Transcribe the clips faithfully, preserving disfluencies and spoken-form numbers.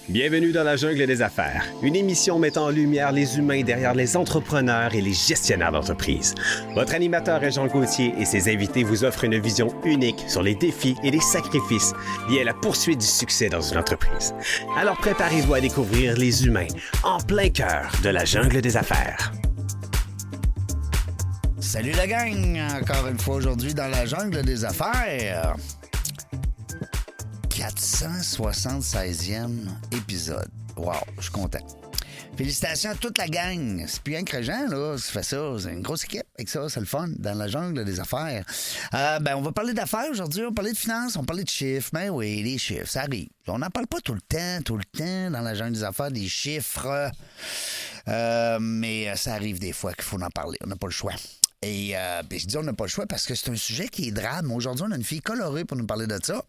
Bienvenue dans la jungle des affaires, une émission mettant en lumière les humains derrière les entrepreneurs et les gestionnaires d'entreprise. Votre animateur est Jean Gauthier et ses invités vous offrent une vision unique sur les défis et les sacrifices liés à la poursuite du succès dans une entreprise. Alors préparez-vous à découvrir les humains en plein cœur de la jungle des affaires. Salut la gang! Encore une fois aujourd'hui dans la jungle des affaires. quatre cent soixante-seizième épisode. Wow, je suis content. Félicitations à toute la gang. C'est plus rien que Régent, là, qui fait ça. C'est une grosse équipe avec ça, c'est le fun, dans la jungle des affaires. Euh, ben, on va parler d'affaires aujourd'hui, on va parler de finances, on va parler de chiffres. Ben oui, les chiffres, ça arrive. On n'en parle pas tout le temps, tout le temps, dans la jungle des affaires, des chiffres. Euh, mais ça arrive des fois qu'il faut en parler, on n'a pas le choix. Et euh, ben, je dis on n'a pas le choix parce que c'est un sujet qui est drame. Aujourd'hui, on a une fille colorée pour nous parler de ça.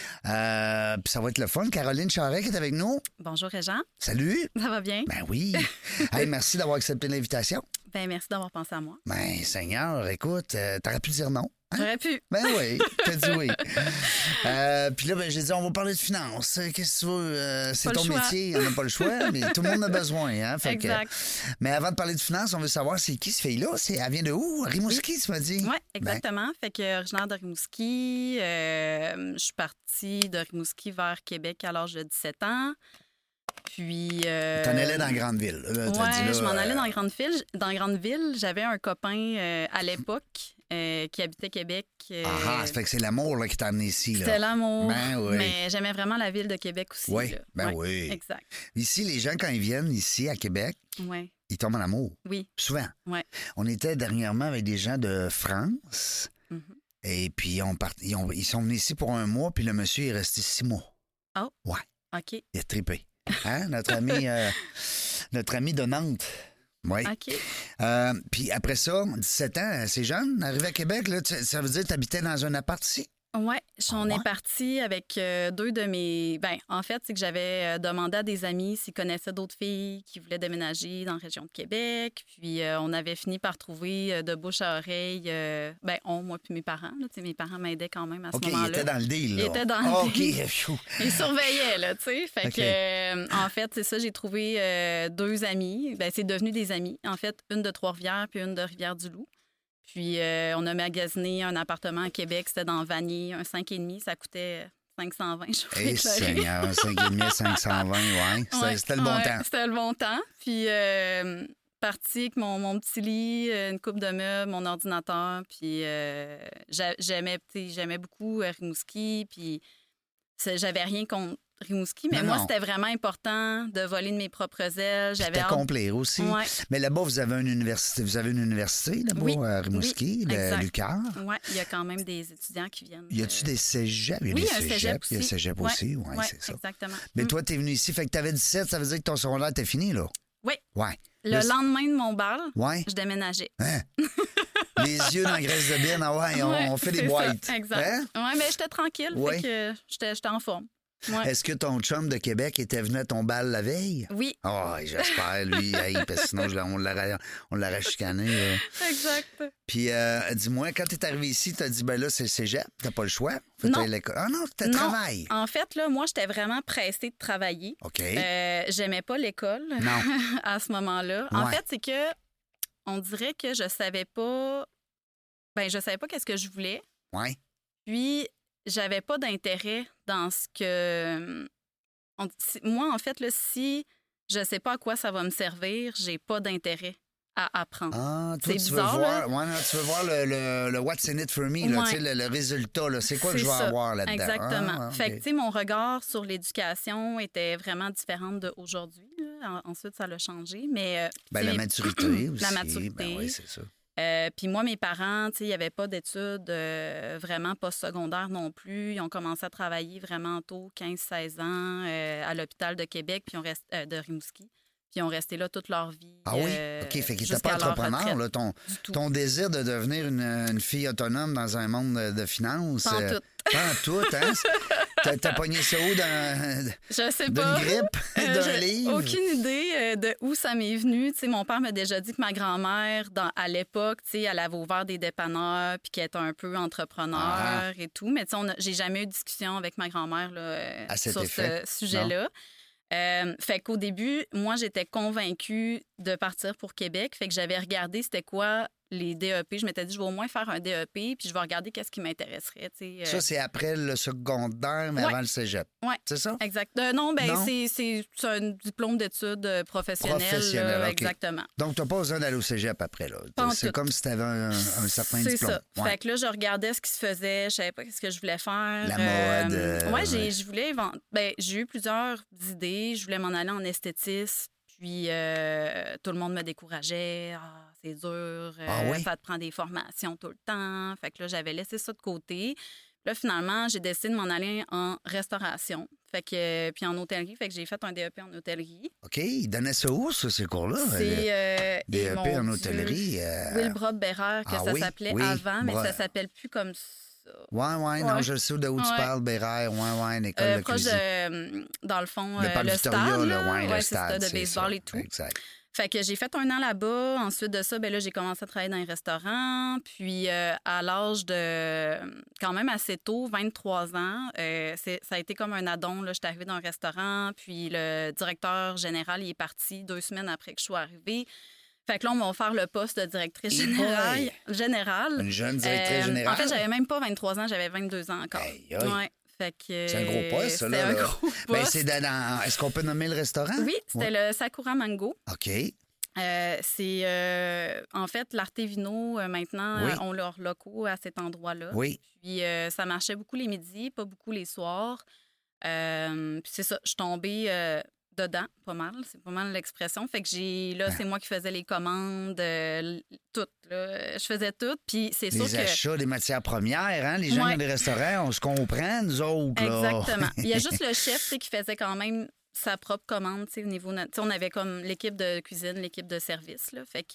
Euh, puis ça va être le fun. Caroline Charret qui est avec nous. Bonjour, Régent. Salut. Ça va bien? Ben oui. Hey, merci d'avoir accepté l'invitation. Ben merci d'avoir pensé à moi. Ben, Seigneur, écoute, euh, t'aurais pu dire non. Hein? J'aurais pu. Ben oui, t'as dit oui. Euh, Puis là, ben, j'ai dit, on va parler de finances. Qu'est-ce que tu veux? Euh, c'est ton métier, on n'a pas le choix, mais tout le monde a besoin. Hein? Fait exact. Que, mais avant de parler de finances, on veut savoir, c'est qui cette fille-là? C'est, elle vient de où? Rimouski, oui. Tu m'as dit? Oui, exactement. Ben. Fait que originaire de Rimouski, euh, je suis partie de Rimouski vers Québec à l'âge de dix-sept ans. Puis. Euh... T'en allais dans la grande ville. Oui, je m'en allais dans la grande ville. Dans la grande ville, j'avais un copain euh, à l'époque euh, qui habitait Québec. Euh... Ah, ça fait que c'est l'amour là, qui t'a amené ici. Là. C'était l'amour. Ben, oui. Mais j'aimais vraiment la ville de Québec aussi. Oui, là. ben ouais, oui. Exact. Ici, les gens, quand ils viennent ici à Québec, ouais. ils tombent en amour. Oui. Souvent. Ouais. On était dernièrement avec des gens de France. Mm-hmm. Et puis, on part... ils, ont... ils sont venus ici pour un mois, puis le monsieur est resté six mois. Oh. Ouais. OK. Il a trippé. Hein? Notre ami, euh, notre ami de Nantes. Oui. OK. Euh, puis après ça, dix-sept ans, c'est jeune, arrivé à Québec, là, ça veut dire que tu habitais dans un appart ici? Oui, on ouais. est parti avec euh, deux de mes... Ben, en fait, c'est que j'avais euh, demandé à des amis s'ils connaissaient d'autres filles qui voulaient déménager dans la région de Québec. Puis euh, on avait fini par trouver euh, de bouche à oreille, euh, ben on, moi puis mes parents. Là, mes parents m'aidaient quand même à ce okay, moment-là. OK, ils étaient dans le deal, là. Ils étaient dans oh, le deal. OK. Ils surveillaient, là, tu sais. Fait okay. que, euh, en fait, c'est ça, j'ai trouvé euh, deux amis. Ben, c'est devenu des amis. En fait, une de Trois-Rivières puis une de Rivière-du-Loup. Puis, euh, on a magasiné un appartement à Québec. C'était dans Vanier, un cinq virgule cinq. Ça coûtait cinq cent vingt, je crois. Eh, Seigneur, un cinq virgule cinq, cinq cent vingt, ouais. C'était, ouais. c'était le bon ouais, temps. C'était le bon temps. Puis, euh, parti avec mon, mon petit lit, une coupe de meubles, mon ordinateur. Puis, euh, j'aimais, j'aimais beaucoup Rimouski. Puis, j'avais rien contre Rimouski, mais non, moi, non. C'était vraiment important de voler de mes propres ailes. J'avais hâte... t'accomplir aussi. Ouais. Mais là-bas, vous avez une université, vous avez une université là-bas oui, à Rimouski, oui, le l'U Q A R. Oui, il y a quand même des étudiants qui viennent. Y a-tu des cégeps? Il y a oui, des un cégeps. cégep aussi. Il y a cégep ouais. aussi, oui, ouais, c'est ça. Exactement. Mais mm. toi, t'es venu ici, fait que t'avais dix-sept, ça veut dire que ton secondaire était fini, là? Oui. Ouais. Le là, lendemain de mon bal, ouais. je déménageais. Hein? Les yeux dans la graisse de bien, ah ouais, on, ouais, on fait des boîtes. Ça, exact. Hein? Oui, mais j'étais tranquille, ouais. Fait que j'étais, j'étais en forme. Ouais. Est-ce que ton chum de Québec était venu à ton bal la veille? Oui. Oh, j'espère, lui, hey, parce que sinon, je, on, l'aurait, on l'aurait chicané. Là. Exact. Puis, euh, dis-moi, quand t'es arrivé ici, t'as dit, ben là, c'est le cégep, t'as pas le choix. Faut non. L'école. Ah non, t'as travail. En fait, là, moi, j'étais vraiment pressée de travailler. OK. Euh, j'aimais pas l'école non. à ce moment-là. Ouais. En fait, c'est que on dirait que je savais pas... Ben, je savais pas qu'est-ce que je voulais. Oui. Puis, j'avais pas d'intérêt dans ce que... On, moi, en fait, là, si je sais pas à quoi ça va me servir, j'ai pas d'intérêt à apprendre. Ah, toi, c'est tu bizarre, veux voir, là? Ouais, non, tu veux voir le, le, le what's in it for me, là, ouais. le, le résultat. Là, c'est quoi c'est que je vais ça. avoir là-dedans? Exactement. Ah, okay. Fait que, tu sais, mon regard sur l'éducation était vraiment différent d'aujourd'hui. Ensuite, ça l'a changé. Mais, euh, ben, la maturité aussi. La maturité. Ben oui, c'est ça. Euh, puis moi, mes parents, tu sais, il n'y avait pas d'études euh, vraiment postsecondaires non plus. Ils ont commencé à travailler vraiment tôt, quinze seize ans, euh, à l'hôpital de Québec, puis on reste, euh, de Rimouski. Puis ils ont resté là toute leur vie. Ah oui? Euh, OK. Fait qu'ils n'étaient pas entrepreneurs. Là, ton, ton désir de devenir une, une fille autonome dans un monde de, de finances. Pas en euh, tout. Pas en tout, hein? T'as, t'as pogné ça où dans, je sais d'une pas. grippe, euh, d'un livre? Aucune idée euh, de où ça m'est venu. T'sais, mon père m'a déjà dit que ma grand-mère, dans, à l'époque, elle avait ouvert des dépanneurs puis qu'elle était un peu entrepreneur ah. et tout. Mais on a, j'ai jamais eu de discussion avec ma grand-mère là, à cet sur effet. ce sujet-là. Euh, fait qu'au début, moi, j'étais convaincue de partir pour Québec. Fait que j'avais regardé c'était quoi les D E P. Je m'étais dit, je vais au moins faire un D E P, puis je vais regarder qu'est-ce qui m'intéresserait. Euh... Ça, c'est après le secondaire, mais ouais. avant le cégep. Oui. C'est ça? Exact. Euh, non, ben c'est, c'est, c'est un diplôme d'études professionnelles. Professionnel, là, okay. Exactement. Donc, tu n'as pas besoin d'aller au cégep après. Là. C'est tout. Comme si tu avais un, un certain c'est diplôme. C'est ça. Ouais. Fait que là, je regardais ce qui se faisait. Je savais pas ce que je voulais faire. La mode. Euh, euh, ouais, j'ai, je voulais... Ben, j'ai eu plusieurs idées. Je voulais m'en aller en esthétisme. Puis, euh, tout le monde me décourageait. Ah, c'est dur. Euh, ah oui? Ça te prend des formations tout le temps. Fait que là, j'avais laissé ça de côté. Puis là, finalement, j'ai décidé de m'en aller en restauration. Fait que, puis en hôtellerie. Fait que j'ai fait un D E P en hôtellerie. OK. Ils donnaient ça où, ça, ces cours-là? C'est... Euh, D E P en hôtellerie. Euh... Wilbrod Bérard, que ah, ça oui? s'appelait oui. avant, mais Bra... ça s'appelle plus comme ça. Oui, oui, ouais. Non, je sais de où tu ouais. parles, Bérard. Oui, oui, une école euh, de proche cuisine. De, dans le fond, le, euh, le Victoria, stade, là, là. Ouais, ouais, le c'est stade, ça, de baseball ça. et tout. Exact. Fait que j'ai fait un an là-bas. Ensuite de ça, ben là, j'ai commencé à travailler dans les restaurants. Puis euh, à l'âge de quand même assez tôt, vingt-trois ans, euh, c'est, ça a été comme un addon. Là. J'étais arrivée dans un restaurant, puis le directeur général il est parti deux semaines après que je sois arrivée. Fait que là, on m'a offert le poste de directrice générale. générale. Une jeune directrice euh, générale? En fait, j'avais même pas vingt-trois ans, j'avais vingt-deux ans encore. Aïe, aïe. Ouais. Fait que, c'est un gros poste, ça, là. C'est un là. gros poste. Ben, c'est dans... Est-ce qu'on peut nommer le restaurant? Oui, c'était ouais. le Sakura Mango. OK. Euh, c'est... Euh, en fait, l'Artevino, euh, maintenant, oui. euh, ont leurs locaux à cet endroit-là. Oui. Puis euh, ça marchait beaucoup les midis, pas beaucoup les soirs. Euh, puis c'est ça, je suis tombée... Euh, dedans, pas mal. C'est pas mal l'expression. Fait que j'ai... Là, c'est moi qui faisais les commandes, euh, toutes. Là. Je faisais tout. Puis c'est sûr les que... Les achats des matières premières, hein? Les gens ouais. dans les restaurants, on se comprend, nous autres, là. Exactement. Il y a juste le chef qui faisait quand même sa propre commande, au niveau... T'sais, on avait comme l'équipe de cuisine, l'équipe de service, là. Fait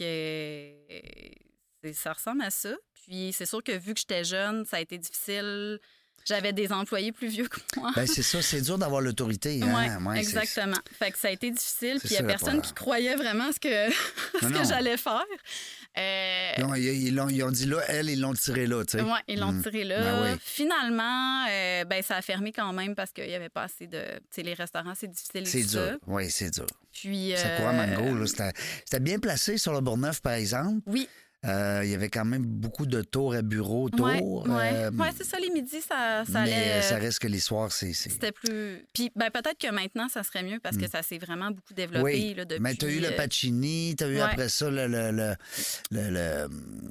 que... Ça ressemble à ça. Puis c'est sûr que vu que j'étais jeune, ça a été difficile... J'avais des employés plus vieux que moi. Bien, c'est ça, c'est dur d'avoir l'autorité. Hein? Oui, ouais, exactement. C'est... Fait que ça a été difficile. Puis il n'y a ça, personne qui croyait vraiment ce que, ce non, que non. j'allais faire. Euh... Non, ils, ils, ils ont dit là, elle, ils l'ont tiré là, tu sais. Oui, ils l'ont mmh. tiré là. Ben oui. Finalement, euh, ben, ça a fermé quand même parce qu'il n'y avait pas assez de... Tu sais, les restaurants, c'est difficile. C'est dur. Ça. Oui, c'est dur. Puis... Euh... Sakura Mango, là, c'était, c'était bien placé sur le Bourgneuf, par exemple. Oui. Euh, il y avait quand même beaucoup de tours à bureau autour. Oui, ouais. euh, ouais, c'est ça, les midis, ça, ça mais allait... ça reste que les soirs, c'est... c'est... C'était plus... Puis ben, peut-être que maintenant, ça serait mieux parce que mm. ça s'est vraiment beaucoup développé. Oui, là, depuis... mais tu as eu le Pacini, tu as eu ouais. après ça le... le, le, le, le euh,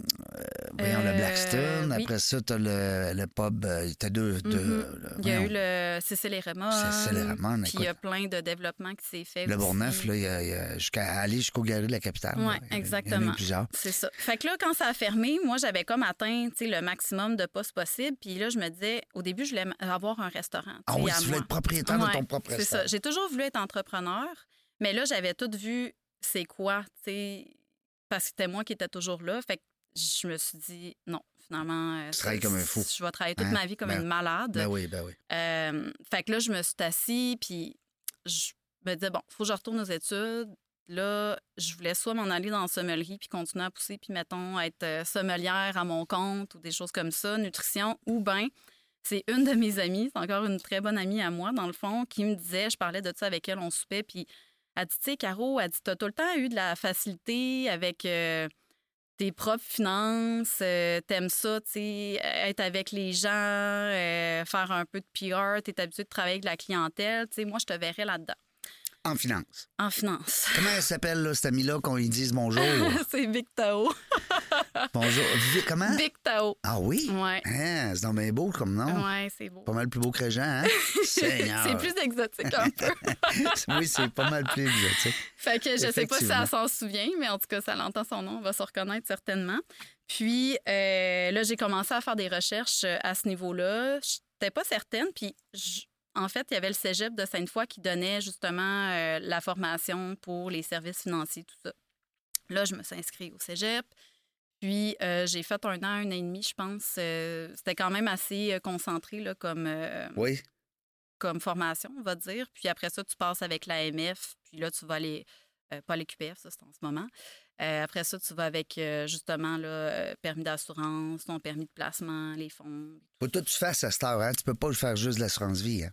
voyons, euh, le Blackstone. Oui. Après ça, tu as le, le pub... Tu as deux... Mm-hmm. deux il y a eu le Cécile et Raymond. Cécile et Raymond, puis il y a plein de développement qui s'est fait Le aussi. Bourgneuf, là, il y a, il y a jusqu'à aller jusqu'au Galerie de la Capitale. Oui, exactement. Il y en a eu plusieurs. C'est ça. Fait que là, quand ça a fermé, moi, j'avais comme atteint le maximum de postes possible. Puis là, je me disais, au début, je voulais avoir un restaurant. Ah oui, à tu voulais moi. être propriétaire ouais, de ton propre restaurant. C'est ça. J'ai toujours voulu être entrepreneur, mais là, j'avais tout vu c'est quoi, tu sais, parce que c'était moi qui étais toujours là. Fait que je me suis dit, non, finalement... Tu travailles comme un fou. Je vais travailler toute hein? ma vie comme ben, une malade. Ben oui, ben oui. Euh, fait que là, je me suis assise, puis je me disais, bon, il faut que je retourne aux études. Là, je voulais soit m'en aller dans la sommellerie puis continuer à pousser, puis mettons, être sommelière à mon compte ou des choses comme ça, nutrition, ou bien c'est une de mes amies, c'est encore une très bonne amie à moi, dans le fond, qui me disait, je parlais de ça avec elle, on soupait, puis elle dit, tu sais, Caro, elle dit, t'as tout le temps eu de la facilité avec euh, tes propres finances, euh, t'aimes ça, tu sais, être avec les gens, euh, faire un peu de P R, t'es habitué de travailler avec la clientèle, tu sais, moi, je te verrais là-dedans. En finance. En finance. Comment elle s'appelle, là, cette amie-là, qu'on lui dise bonjour? C'est Vic Tao. Bonjour. Vic, comment? Vic Tao. Ah oui? Oui. Hein, c'est donc bien beau comme nom. Oui, c'est beau. Pas mal plus beau que Régent, hein? Seigneur. C'est plus exotique un peu. Oui, c'est pas mal plus exotique. Fait que je sais pas si elle s'en souvient, mais en tout cas, ça l'entend son nom, on va se reconnaître certainement. Puis euh, là, j'ai commencé à faire des recherches à ce niveau-là. J'étais pas certaine, puis... Je... En fait, il y avait le cégep de Sainte-Foy qui donnait justement euh, la formation pour les services financiers, tout ça. Là, je me suis inscrite au cégep. Puis, euh, j'ai fait un an, un an et demi, je pense. Euh, c'était quand même assez concentré là, comme, euh, oui. comme formation, on va dire. Puis après ça, tu passes avec l'A M F. Puis là, tu vas aller... Euh, pas les Q P F, ça, c'est en ce moment. Euh, après ça, tu vas avec, euh, justement, là, euh, permis d'assurance, ton permis de placement, les fonds. Faut que toi, tu fasses à cette heure, hein? Tu peux pas faire juste de l'assurance-vie, hein?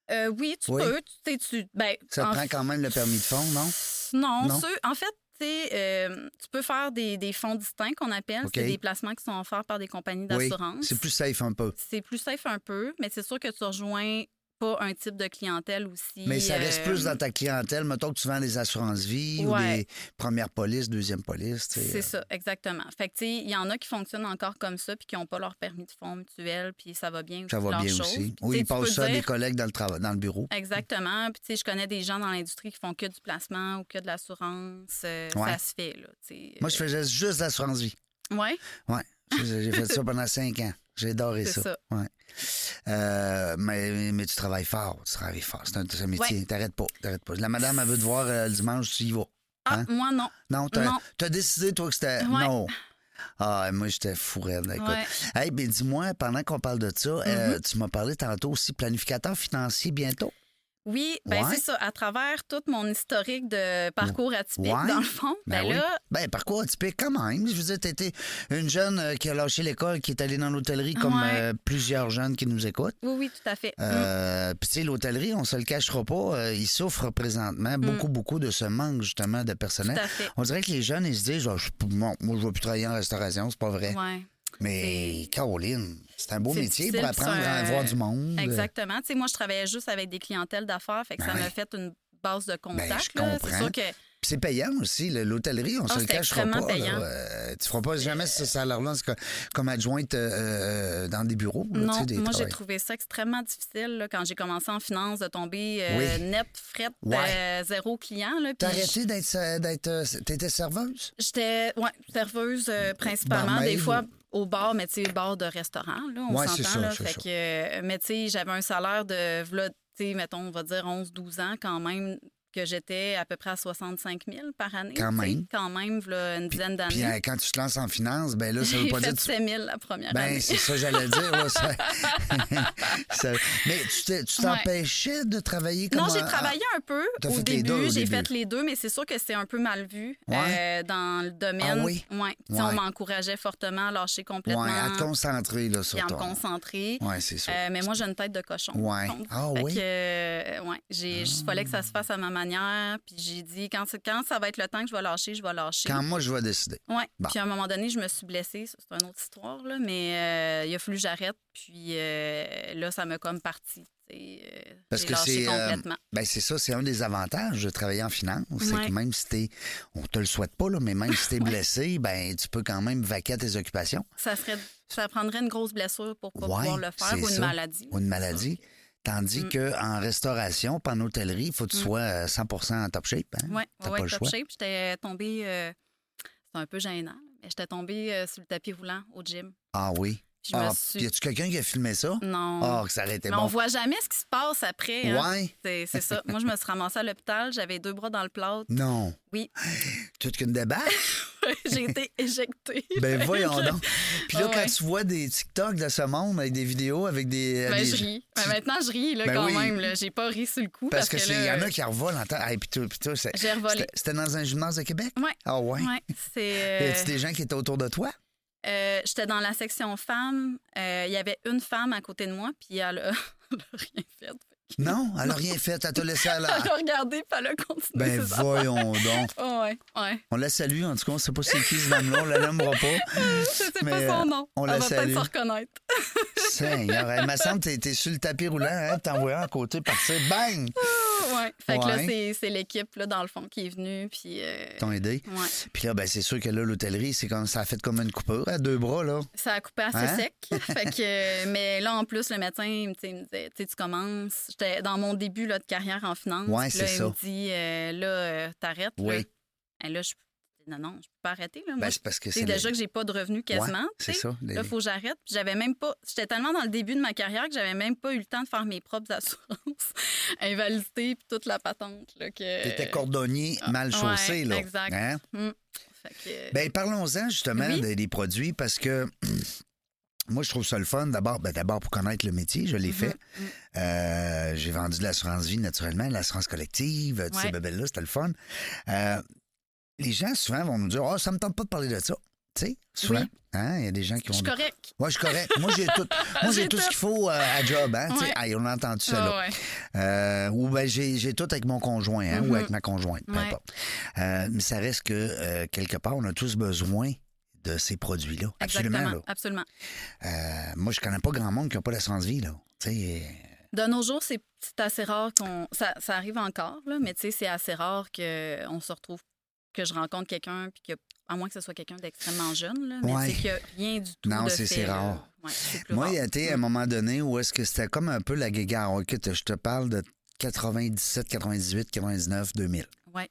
Euh, oui, tu Oui. peux. Tu, tu, ben, Ça te en prend f- quand même le permis de fond, non? Non, Non? ceux- en fait, tu sais, euh, tu peux faire des, des fonds distincts qu'on appelle. OK. C'est des placements qui sont offerts par des compagnies Oui, d'assurance. c'est plus safe un peu. C'est plus safe un peu, mais c'est sûr que tu rejoins pas un type de clientèle aussi. Mais ça reste euh, plus dans ta clientèle. Mettons que tu vends des assurances-vie ou Ouais. des premières polices, deuxième police. tu sais. C'est ça, exactement. Fait que, tu sais, il y en a qui fonctionnent encore comme ça puis qui n'ont pas leur permis de fonds mutuel, puis ça va bien aussi. Ça va leur bien chose. aussi. Puis, tu Oui, sais, ils tu peux passent ça à dire- des collègues dans le, travail, dans le bureau. Exactement. Puis, tu sais, je connais des gens dans l'industrie qui font que du placement ou que de l'assurance. Euh, Ouais. Ça se fait, là. tu sais. Moi, je faisais juste l'assurance-vie. Ouais, Oui, j'ai fait ça pendant cinq ans. J'ai adoré c'est ça. ça. Ouais. Euh, mais, mais tu travailles fort. Tu travailles fort. C'est un, c'est un métier. Ouais. T'arrêtes pas. T'arrêtes pas. La madame, elle veut te voir euh, le dimanche, tu y vas. Ah, Hein? moi, non. Non, t'as, Non. t'as décidé, toi, que c'était. Ouais. Non. Ah, moi, j'étais fou raide. Écoute. Ouais. Hey, ben dis-moi, pendant qu'on parle de ça, euh, tu m'as parlé tantôt aussi planificateur financier bientôt. Oui, ben Ouais. c'est ça. À travers tout mon historique de parcours atypique, Ouais. dans le fond, ben, oui. là, Ben, parcours atypique quand même. Je veux dire, t'étais une jeune euh, qui a lâché l'école, qui est allée dans l'hôtellerie comme Ouais. euh, plusieurs jeunes qui nous écoutent. oui, oui, tout à fait. Euh, Puis, tu sais, l'hôtellerie, on se le cachera pas, euh, il souffre présentement beaucoup, beaucoup de ce manque, justement, de personnel. Tout à fait. On dirait que les jeunes, ils se disent, Ah, je, bon, moi, je vais plus travailler en restauration, c'est pas vrai. Ouais. Mais, Caroline, c'est un beau C'est métier difficile, pour apprendre c'est un- à voir du monde. Exactement. Tu sais, moi, je travaillais juste avec des clientèles d'affaires, fait que Ben ça m'a oui. fait une base de Ben, contact. je là. comprends. C'est sûr que Puis c'est payant aussi, le- l'hôtellerie, on Ah, se le c'est cachera pas. extrêmement là. payant. Euh, tu feras pas jamais ce salaire-là c'est co- comme adjointe euh, euh, dans des bureaux. là, tu non, sais, des moi, j'ai travails. trouvé ça extrêmement difficile là, quand j'ai commencé en finance de tomber euh, Oui. net, fret, Ouais. euh, zéro client. Là, T'as puis arrêté d'être, euh, d'être, euh, t'étais serveuse? J'étais ouais, serveuse euh, principalement, Barmaid des fois ou- au bar, mais tu sais, bar de restaurant, là, on Ouais, c'est s'entend. ça, là, c'est fait ça. que, euh, mais tu sais, j'avais un salaire de, v'là, tu sais, mettons, on va dire onze douze ans quand même, que j'étais à peu près à soixante-cinq mille par année. Quand tu sais, même. Quand même, v'là une dizaine Puis d'années. euh, quand tu te lances en finance, ben là, ça veut J'ai pas dire... fait que tu- sept mille la première Ben, année. c'est ça que j'allais dire. là, ça... Ça- Mais tu t'es- tu Ouais. t'empêchais de travailler comme... Non, j'ai un- travaillé un peu T'as au fait les deux début. au J'ai début. fait les deux, mais c'est sûr que c'est un peu mal vu Ouais. euh, dans le domaine. Ah oui? Ouais. Tu sais, Ouais. On m'encourageait fortement à lâcher complètement. Ouais, à te concentrer là, sur puis à ton... me concentrer. Ouais, c'est ça. Euh, mais moi, j'ai une tête de cochon. Ouais. par contre. Ah Fait oui? que, euh, ouais, j'ai, il fallait que ça se fasse à ma manière. Puis j'ai dit, quand, c'est- quand ça va être le temps que je vais lâcher, je vais lâcher. Quand moi, je vais décider. Ouais. Bon. Puis à un moment donné, je me suis blessée. Ça, c'est une autre histoire, là. Mais euh, il a fallu que j'arrête. Puis euh, là, ça m'a comme parti. tu sais, euh, Parce j'ai que lâché c'est... euh, complètement. ben c'est ça, c'est un des avantages de travailler en finance. C'est Ouais. que même si t'es... On te le souhaite pas, là, mais même si t'es blessé, ben tu peux quand même vaquer à tes occupations. Ça, serait, ça prendrait une grosse blessure pour pas Ouais, pouvoir le faire c'est ou une ça. maladie. Ou une maladie. Tandis Mm. qu'en restauration, pas en hôtellerie, il faut que tu Mm. sois euh, cent pour cent en top shape. Hein? Oui, T'as ouais, pas le top choix. shape. J'étais tombée, euh, c'est un peu gênant, mais j'étais tombée euh, sur le tapis roulant au gym. Ah oui? Puis je me Ah, suis... y a-tu quelqu'un qui a filmé ça? Non. Ah, que ça aurait été mais bon. on voit jamais ce qui se passe après. Hein. Ouais? C'est, c'est ça. Moi, je me suis ramassée à l'hôpital. J'avais deux bras dans le plâtre. Non. Oui. Toute qu'une débarque? J'ai été éjectée. Ben voyons Fait que- donc. Puis là, Ah quand ouais. tu vois des TikTok de ce monde avec des vidéos, avec des... Ben, des- je ris. Ben, maintenant, je ris là, Ben quand oui. même. Là. J'ai pas ri sur le coup. Parce Parce, que que, c'est, y là, en a qui revolent en temps. Hey, puis toi, puis toi, c'est- j'ai revolé. C'était, c'était dans un gymnase de Québec? Ouais. Ah ouais? Ouais, c'est. Y euh, a-tu des gens qui étaient autour de toi? euh, j'étais dans la section femmes. Euh, Il y avait une femme à côté de moi, puis elle a, elle a rien fait. Non, elle n'a rien fait. Elle t'a laissé à la... Elle a regardé, puis elle a continué. Ben ses affaires. voyons donc. Oh, ouais, ouais. On la salue, en tout cas, on ne sait pas c'est qui ce dame-là, on la nommera pas. Je sais Mais, pas son nom. on Elle la va salue. peut-être se reconnaître. Seigneur, il me semble que t'es sur le tapis roulant, hein, t'envoies à côté partir, bang! Ouais. Fait que là, Ouais. c'est, c'est l'équipe, là, dans le fond, qui est venue, puis... euh, T'ont aidé. ouais. Puis là, ben, c'est sûr que là, l'hôtellerie, c'est comme ça a fait comme une coupure à deux bras, là. Ça a coupé assez Hein? sec. Fait que, euh, mais là, en plus, le médecin, il me tu sais, il me disait, tu sais, tu commences. J'étais dans mon début là, de carrière en finance. Ouais, Puis là, c'est il ça. me dit, euh, là, euh, t'arrêtes. Oui. Là. Et là, je non, non, je peux pas arrêter. Là. Moi, Ben, je- c'est parce que tu sais, c'est... déjà les- que j'ai pas de revenus quasiment. Ouais, tu c'est sais. ça. les- Là, il faut que j'arrête. Puis j'avais même pas. J'étais tellement dans le début de ma carrière que j'avais même pas eu le temps de faire mes propres assurances, invalidité, puis toute la patente. Là, que... T'étais cordonnier mal Ouais, chaussé, là. exact. Hein? Hum. Fait que... Ben, parlons-en justement Oui. des, des produits parce que moi, je trouve ça le fun. D'abord, ben, d'abord pour connaître le métier, je l'ai fait. Mhm. Euh, j'ai vendu de l'assurance vie naturellement, de l'assurance collective, toutes ces Ouais. bébelles-là, c'était le fun. Euh, les gens souvent vont nous dire « Ah, oh, ça me tente pas de parler de ça. » Tu sais, souvent. Oui. Hein? Il y a des gens qui Je ont... suis correct. Moi, je suis correct. Moi, j'ai tout, moi, j'ai J'ai tout tout. ce qu'il faut euh, à job. Hein? Tu sais, Ouais. hey, on a entendu ça, Ah là. ouais. Euh, ou ben j'ai, j'ai tout avec mon conjoint hein, Mhm. ou avec ma conjointe, peu Ouais. importe. Euh, mais ça reste que, euh, quelque part, on a tous besoin de ces produits-là. Absolument. Exactement. Là. Absolument. Euh, moi, je connais pas grand monde qui n'a pas d'assurance vie. Là. Tu sais, De nos jours, c'est c'est assez rare qu'on. Ça, ça arrive encore, là, mais tu sais, c'est assez rare qu'on se retrouve, que je rencontre quelqu'un, puis que, à moins que ce soit quelqu'un d'extrêmement jeune, là, mais Ouais. tu sais qu'il n'y a rien du tout Non, de c'est- fait, c'est là. rare. Ouais, c'est plus moi, rare. il y a été à un moment donné où est-ce que c'était comme un peu la guéguerre. Écoute, je te parle de quatre-vingt-dix-sept, quatre-vingt-dix-huit, quatre-vingt-dix-neuf, deux mille. Ouais.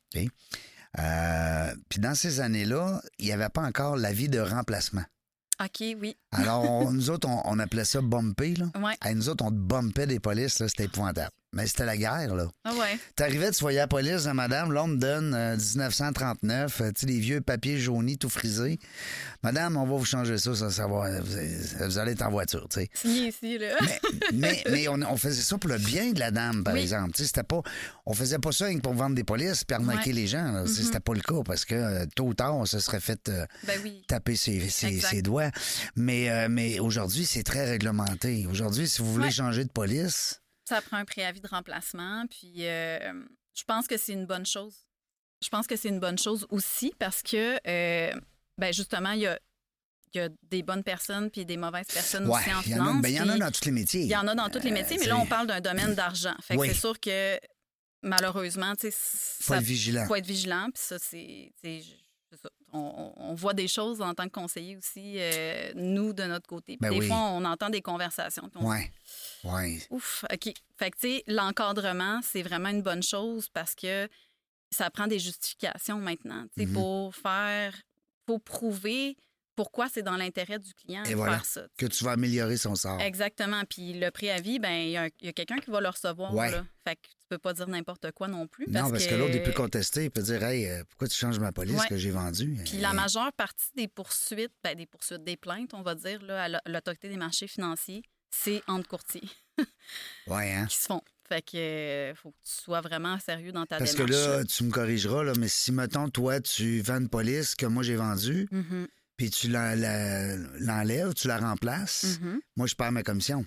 Euh, puis dans ces années-là, il n'y avait pas encore l'avis de remplacement. OK, oui. Alors, on- nous autres, on, on appelait ça bumper, là. Ouais. Hey, nous autres, on te bumpait des polices, là, c'était épouvantable. Mais c'était la guerre, là. Ah ouais. T'arrivais, tu voyais la police, là, madame, là, on me donne euh, dix-neuf cent trente-neuf, euh, tu sais, les vieux papiers jaunis, tout frisés. Madame, on va vous changer ça, ça, ça va, vous, vous allez être en voiture, tu sais. Signé ici, là. Mais, mais, mais on, on faisait ça pour le bien de la dame, par Oui. exemple. Tu sais, c'était pas, on faisait pas ça pour vendre des polices puis arnaquer Ouais. les gens. Là. Mhm. C'était pas le cas parce que euh, tôt ou tard, on se serait fait euh, Ben oui. taper ses, ses, Exact. ses doigts. Mais, euh, mais aujourd'hui, c'est très réglementé. Aujourd'hui, si vous voulez Ouais. changer de police, Ça prend un préavis de remplacement, puis euh, je pense que c'est une bonne chose. Je pense que c'est une bonne chose aussi parce que, euh, ben justement, il y a, il y a des bonnes personnes puis des mauvaises personnes ouais, aussi en il y en a, finance. ben, il y en a puis dans tous les métiers. Il y en a dans tous les métiers, Euh, mais là, t'sais, on parle d'un domaine d'argent. Fait que Oui. c'est sûr que, malheureusement, tu sais, faut ça être vigilant. faut être vigilant. Puis ça, c'est... c'est- c'est ça. On, on voit des choses en tant que conseiller aussi, euh, nous, de notre côté. Puis Ben des oui. fois, on entend des conversations. Puis on se Ouais, ouais. Ouf, OK. Fait que, tu sais, l'encadrement, c'est vraiment une bonne chose parce que ça prend des justifications maintenant, tu sais, Mhm. pour faire, pour prouver pourquoi c'est dans l'intérêt du client Et de voilà. faire ça. tu sais. Que tu vas améliorer son sort. Exactement. Puis le préavis, ben il y a, un- il y a quelqu'un qui va le recevoir, Ouais. là. Fait que tu peux pas dire n'importe quoi non plus. Non, parce que, l'autre, il peut contester, il peut dire, hey, euh, pourquoi tu changes ma police Ouais. que j'ai vendue? Puis Euh, la majeure partie des poursuites, ben, des poursuites, des plaintes, on va dire, là, à l'A- l'Autorité des marchés financiers, c'est entre courtiers Ouais, hein? qui se font. Fait que euh, faut que tu sois vraiment sérieux dans ta Parce que démarche. là, tu me corrigeras, là, mais si, mettons, toi, tu vends une police que moi j'ai vendue, Mhm, puis tu l'en- la- l'enlèves, tu la remplaces, mhm. moi, je perds ma commission.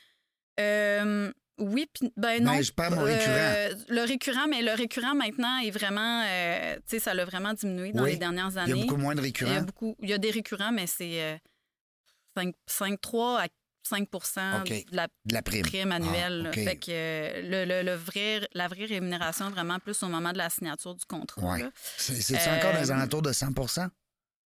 Euh, oui, puis ben non. Ben, je perds mon Euh, récurrent. le récurrent, mais le récurrent maintenant est vraiment, euh, tu sais, ça l'a vraiment diminué dans Oui. les dernières Il y a années. beaucoup moins de Il y a récurrents. beaucoup, il y a des récurrents, mais c'est euh, cinq, cinq, trois à cinq OK. de la De la prime. prime annuelle. Ah, là. OK. Fait que euh, le, le, le vrai, la vraie rémunération, vraiment plus au moment de la signature du contrat. Ouais. là. C'est c'est Euh, encore dans les alentours de cent pour cent?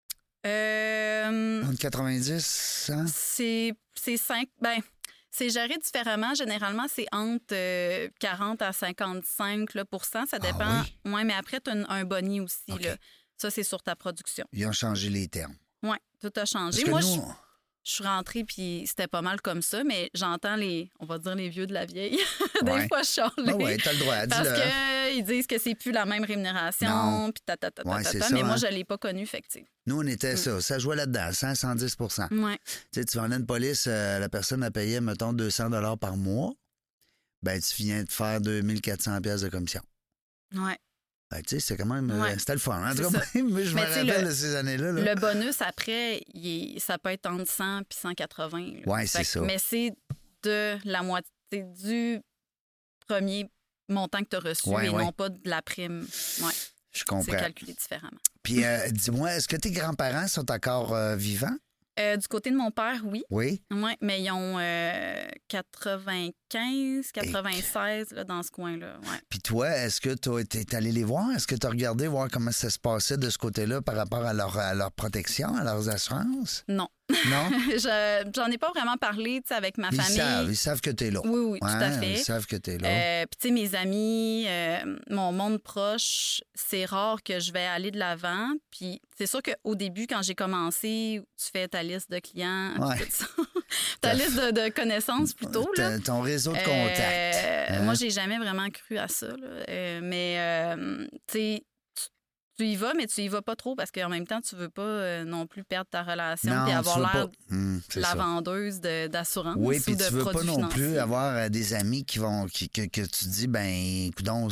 Euh, Entre quatre-vingt-dix, cent? c'est c'est cinq. Ben, c'est géré différemment. Généralement, c'est entre euh, quarante à cinquante-cinq là, pour cent. Ça Ah dépend. oui? Ouais, mais après, tu as un, un boni aussi. OK. Là. Ça, c'est sur ta production. Ils ont changé les termes. Oui, tout a changé. Parce que Moi, nous, je, je suis rentrée, puis c'était pas mal comme ça, mais j'entends les, on va dire, les vieux de la vieille. Des Ouais. fois, charler. ah ouais, t'as le droit, Parce dis-le. qu'ils disent que c'est plus la même rémunération, Non. puis ta, ta, ta, ta, Ouais, ta, c'est ta, ça, mais moi, hein. je l'ai pas connu, fait que, tu sais. Nous, on était Mm. ça. Ça jouait là-dedans, cent, cent dix pour cent. Ouais. Tu sais, tu vendais une police, euh, la personne a payé, mettons, deux cents dollars par mois. Ben, tu viens de faire deux mille quatre cents pièces de commission. Ouais. Ben, tu sais, c'est quand même... euh, Ouais. C'était le fun. En tout C'est cas, ça. moi, je me Mais tu sais, rappelle le- de ces années-là. là. Le bonus, après, il est- ça peut être entre cent puis cent quatre-vingts. là. Ouais, Fait c'est que- ça. Mais c'est de la moitié du premier montant que tu as reçu Ouais, et ouais. non pas de la prime. Ouais, Je c'est comprends. calculé différemment. Puis, euh, dis-moi, est-ce que tes grands-parents sont encore euh, vivants? Euh, du côté de mon père, oui. Oui. Ouais, mais ils ont euh, quatre-vingt-quinze, quatre-vingt-seize là, dans ce coin-là. Ouais. Puis toi, est-ce que tu es allé les voir? Est-ce que tu as regardé voir comment ça se passait de ce côté-là par rapport à leur, à leur protection, à leurs assurances? Non. Non? Je- J'en ai pas vraiment parlé tu sais, avec ma Ils famille. savent, ils savent que tu es là. Oui, oui, tout à Ouais, fait. Ils savent que tu es là. Euh, Puis, tu sais, mes amis, euh, mon monde proche, c'est rare que je vais aller de l'avant. Puis, c'est sûr qu'au début, quand j'ai commencé, tu fais ta liste de clients, puis Ouais. tout ça. ta liste de, de connaissances plutôt. Là. T'as- Ton réseau de Euh, contacts. Hein? Moi, j'ai jamais vraiment cru à ça. Là. Euh, mais, euh, tu sais, tu- tu y vas, mais tu y vas pas trop parce qu'en même temps, tu veux pas euh, non plus perdre ta relation Non, et tu avoir veux l'air pas. Hum, c'est la ça. vendeuse de- d'assurance Oui, ou puis de tu veux pas produits non plus financiers. avoir euh, des amis qui vont qui, que, que tu dis ben coudonc,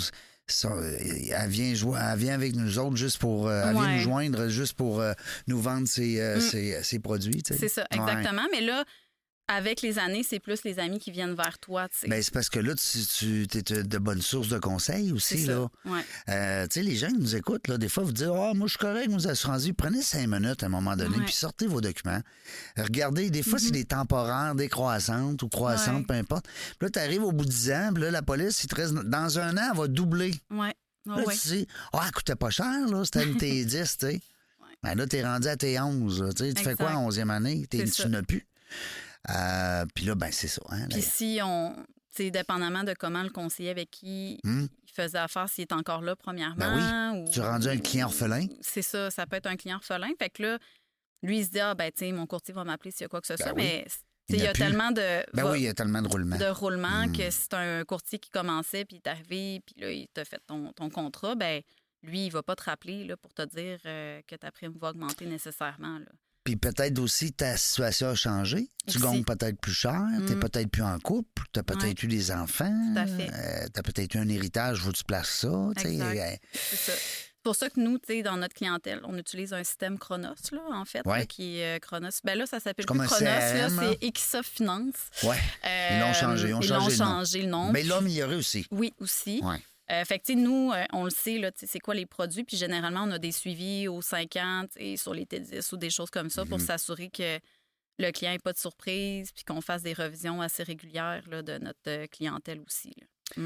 Ça, elle, vient jouer, elle vient avec nous autres juste pour. Euh, elle Ouais. vient nous joindre juste pour euh, nous vendre ses, euh, Mm. ses, ses produits. tu sais. C'est ça, exactement. Ouais. Mais là, avec les années, c'est plus les amis qui viennent vers toi, tu sais. Ben, c'est parce que là, tu, tu es de bonnes sources de conseils aussi. C'est là. ça. Ouais. Euh, tu sais, les gens qui nous écoutent, là, des fois, vous dites Ah, oh, moi, je suis correct, nos assurances-vie. Prenez cinq minutes à un moment donné, Ouais. puis sortez vos documents. Regardez, des fois, Mm-hmm. c'est des temporaires décroissantes ou croissantes, Ouais. peu importe. Puis là, tu arrives au bout de dix ans, puis là, la police, il te reste, dans un an, elle va doubler. Ouais. Oh, Là, ouais. tu dis Ah, elle coûtait pas cher, là, c'était une T dix, tu sais. Ouais. Ben là, t'es rendu à T onze. là, tu sais. Tu fais quoi en onzième année? T'es, C'est tu ça. n'as plus. Euh, puis là, ben c'est ça. Hein, Puis si on. Tu sais, dépendamment de comment le conseiller avec qui Hum. il faisait affaire, s'il est encore là, premièrement. Ben ou, Tu es rendu un client orphelin? C'est ça, ça peut être un client orphelin. Fait que là, lui, il se dit, ah, ben, tu sais, mon courtier va m'appeler s'il y a quoi que ce Ben soit. oui. Mais Il il y n'a a plus. tellement de, Ben va- oui, il y a tellement de roulement. de roulement Mm. que si c'est un courtier qui commençait, puis il est arrivé, puis là, il t'a fait ton, ton contrat, ben lui, il va pas te rappeler là, pour te dire euh, que ta prime va augmenter nécessairement. Là. Puis peut-être aussi ta situation a changé. Tu Aussi. gagnes peut-être plus cher, tu n'es Mm. peut-être plus en couple, tu as peut-être eu des enfants. Tout à fait. euh, tu as peut-être eu un héritage, faut que tu places ça. tu sais, Exact. euh, C'est ça. C'est pour ça que nous, tu sais, dans notre clientèle, on utilise un système Chronos, là, en fait, Ouais. là, qui est euh, Chronos. Ben là, ça s'appelle C'est comme plus un Chronos, C R M, là, là. c'est Equisoft Finance. ouais. Ils l'ont changé, ils ont ils changé l'ont le nom. changé le nom. Mais ils l'ont puis- amélioré aussi. Oui, aussi. Ouais. Euh, fait que, tu sais, nous, euh, on le sait, là, tu sais, c'est quoi les produits. Puis généralement, on a des suivis aux cinq ans, tu sais, sur les T dix ou des choses comme ça pour Mhm. s'assurer que le client n'ait pas de surprise puis qu'on fasse des revisions assez régulières là, de notre euh, clientèle aussi. Là.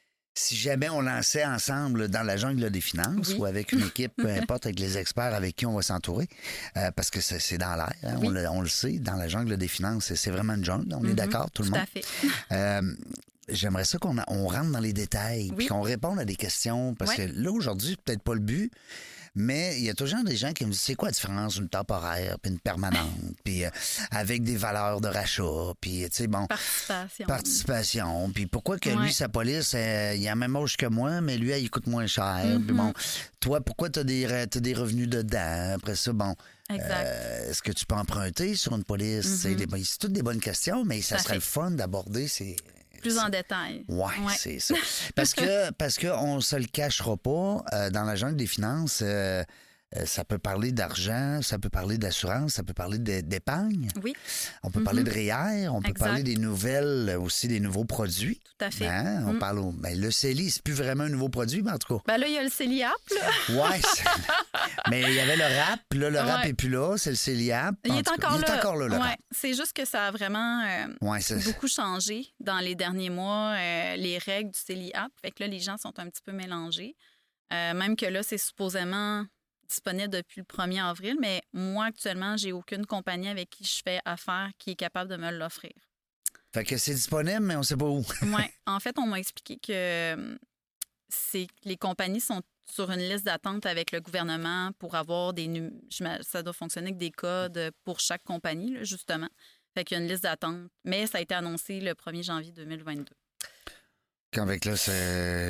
Si jamais on lançait ensemble dans la jungle des finances Oui. ou avec une équipe, peu importe, avec les experts avec qui on va s'entourer, euh, parce que c'est, c'est dans l'air, hein, Oui. on, le, on le sait, dans la jungle des finances, c'est, c'est vraiment une jungle, on est Mhm. d'accord, tout le Tout monde? à fait. Euh, J'aimerais ça qu'on a- on rentre dans les détails, Oui. puis qu'on réponde à des questions, parce Ouais. que là, aujourd'hui, c'est peut-être pas le but, mais il y a toujours des gens qui me disent, c'est quoi la différence d'une temporaire puis une permanente, puis euh, avec des valeurs de rachat, puis, tu sais, bon, Participation. participation, puis pourquoi que Ouais. lui, sa police, euh, il a la même âge que moi, mais lui, il coûte moins cher, puis Mhm. bon, toi, pourquoi t'as des, re- t'as des revenus dedans, après ça, bon, Exact. euh, est-ce que tu peux emprunter sur une police, Tu sais, Mhm. des- ben, c'est toutes des bonnes questions, mais ça Tout à serait fait. le fun d'aborder ces... Plus en détail. Oui, Ouais. c'est ça. Parce que parce qu'on ne se le cachera pas, euh, dans la jungle des finances, euh, euh, ça peut parler d'argent, ça peut parler d'assurance, ça peut parler de- d'épargne. Oui, On peut Mhm. parler de R E E R, on peut Exact. parler des nouvelles, euh, aussi des nouveaux produits. tout à fait. Hein? On Mm. parle au- ben, le C E L I, c'est plus vraiment un nouveau produit, mais en tout cas. Ben là, il y a le Céliap, là. Ouais, c'est- mais il y avait le rap, puis là, le rap Ouais. n'est plus là, c'est le C E L I A P. Il En est tout cas, encore il là. est encore là, le Ouais. rap. C'est juste que ça a vraiment euh, Ouais, c'est... beaucoup changé dans les derniers mois, euh, les règles du Céliap. Fait que là, les gens sont un petit peu mélangés. Euh, même que là, c'est supposément disponible depuis le premier avril, mais moi, actuellement, j'ai aucune compagnie avec qui je fais affaire qui est capable de me l'offrir. Fait que c'est disponible, mais on sait pas où. Ouais. En fait, on m'a expliqué que euh, c'est les compagnies sont sur une liste d'attente avec le gouvernement pour avoir des num- j'ima- ça doit fonctionner avec des codes pour chaque compagnie, là, justement. Fait qu'il y a une liste d'attente. Mais ça a été annoncé le premier janvier deux mille vingt-deux. Avec là, c'est...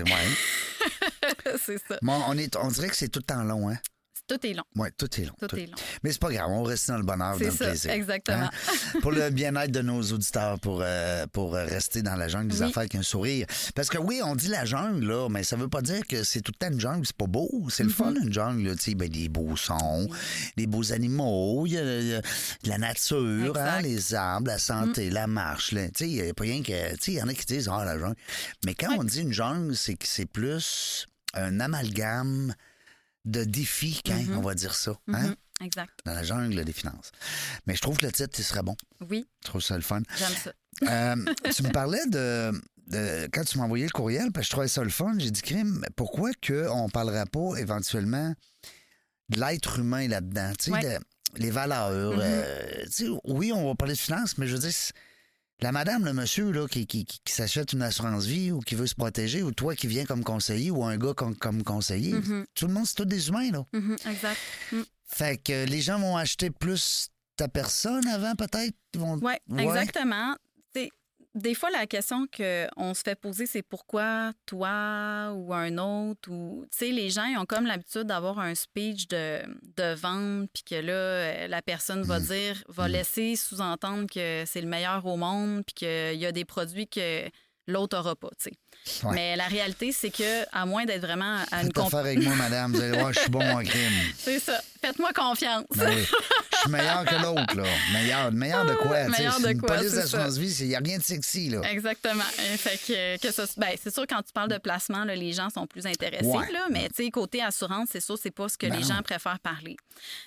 Ouais. C'est ça. Bon, on, est... on dirait que c'est tout le temps long, hein? Tout est long. Oui, tout est long. Tout Tout- est long. Mais c'est pas grave, on reste dans le bonheur, C'est dans le ça, plaisir. exactement. Hein? Pour le bien-être de nos auditeurs, pour, euh, pour rester dans la jungle des Oui. affaires avec un sourire. Parce que oui, on dit la jungle, là, mais ça veut pas dire que c'est tout le temps une jungle, c'est pas beau. C'est le fun, Mm-hmm. une jungle, là, tu sais, ben, des beaux sons, des beaux animaux, il y a, il y a la nature, hein, Exact. les arbres, la santé, Mm. la marche. là. Tu sais, il n'y a pas rien que... Tu sais, il y en a qui disent, ah, la jungle. Mais quand Ouais. on dit une jungle, c'est que c'est plus un amalgame de défis, quand Mhm. on va dire ça, hein, Mhm. Exact. dans la jungle des finances. Mais je trouve que le titre, il serait bon. Oui, Je trouve ça le fun. j'aime ça. Euh, tu me parlais de, de- Quand tu m'as envoyé le courriel, parce que je trouvais ça le fun, j'ai dit, crime, pourquoi qu'on ne parlerait pas éventuellement de l'être humain là-dedans? Tu sais, Ouais. de- les valeurs. Mhm. euh, tu sais, oui, on va parler de finances, mais je veux dire, c'est- la madame, le monsieur là, qui, qui, qui- qui s'achète une assurance vie ou qui veut se protéger, ou toi qui viens comme conseiller, ou un gars comme, comme conseiller, Mhm. tout le monde, c'est tous des humains, là. Mhm. Exact. Mm. Fait que les gens vont acheter plus ta personne avant, peut-être? Ils vont... Oui, Ouais. exactement. T'sais, des fois, la question qu'on se fait poser, c'est pourquoi toi ou un autre? Ou, tu sais, les gens ils ont comme l'habitude d'avoir un speech de, de vente, puis que là, euh, la personne va Mm. dire, va Mm. laisser sous-entendre que c'est le meilleur au monde, puis qu'il y a des produits que l'autre n'aura pas, tu sais. Ouais. Mais la réalité, c'est que à moins d'être vraiment à une Faites affaire avec moi, madame. Vous allez voir, je suis bon en crime. C'est ça. Faites-moi confiance. Ben oui. Je suis meilleur que l'autre, là. Meilleur, meilleur de quoi? Meilleur T'sais, de une quoi, police c'est d'assurance-vie, il n'y a rien de sexy, là. Exactement. Euh, Fait que, que ça, ben, c'est sûr, quand tu parles de placement, là, les gens sont plus intéressés. Ouais. Là, mais tu sais, côté assurance, c'est sûr, c'est pas ce que Ben les non. gens préfèrent parler.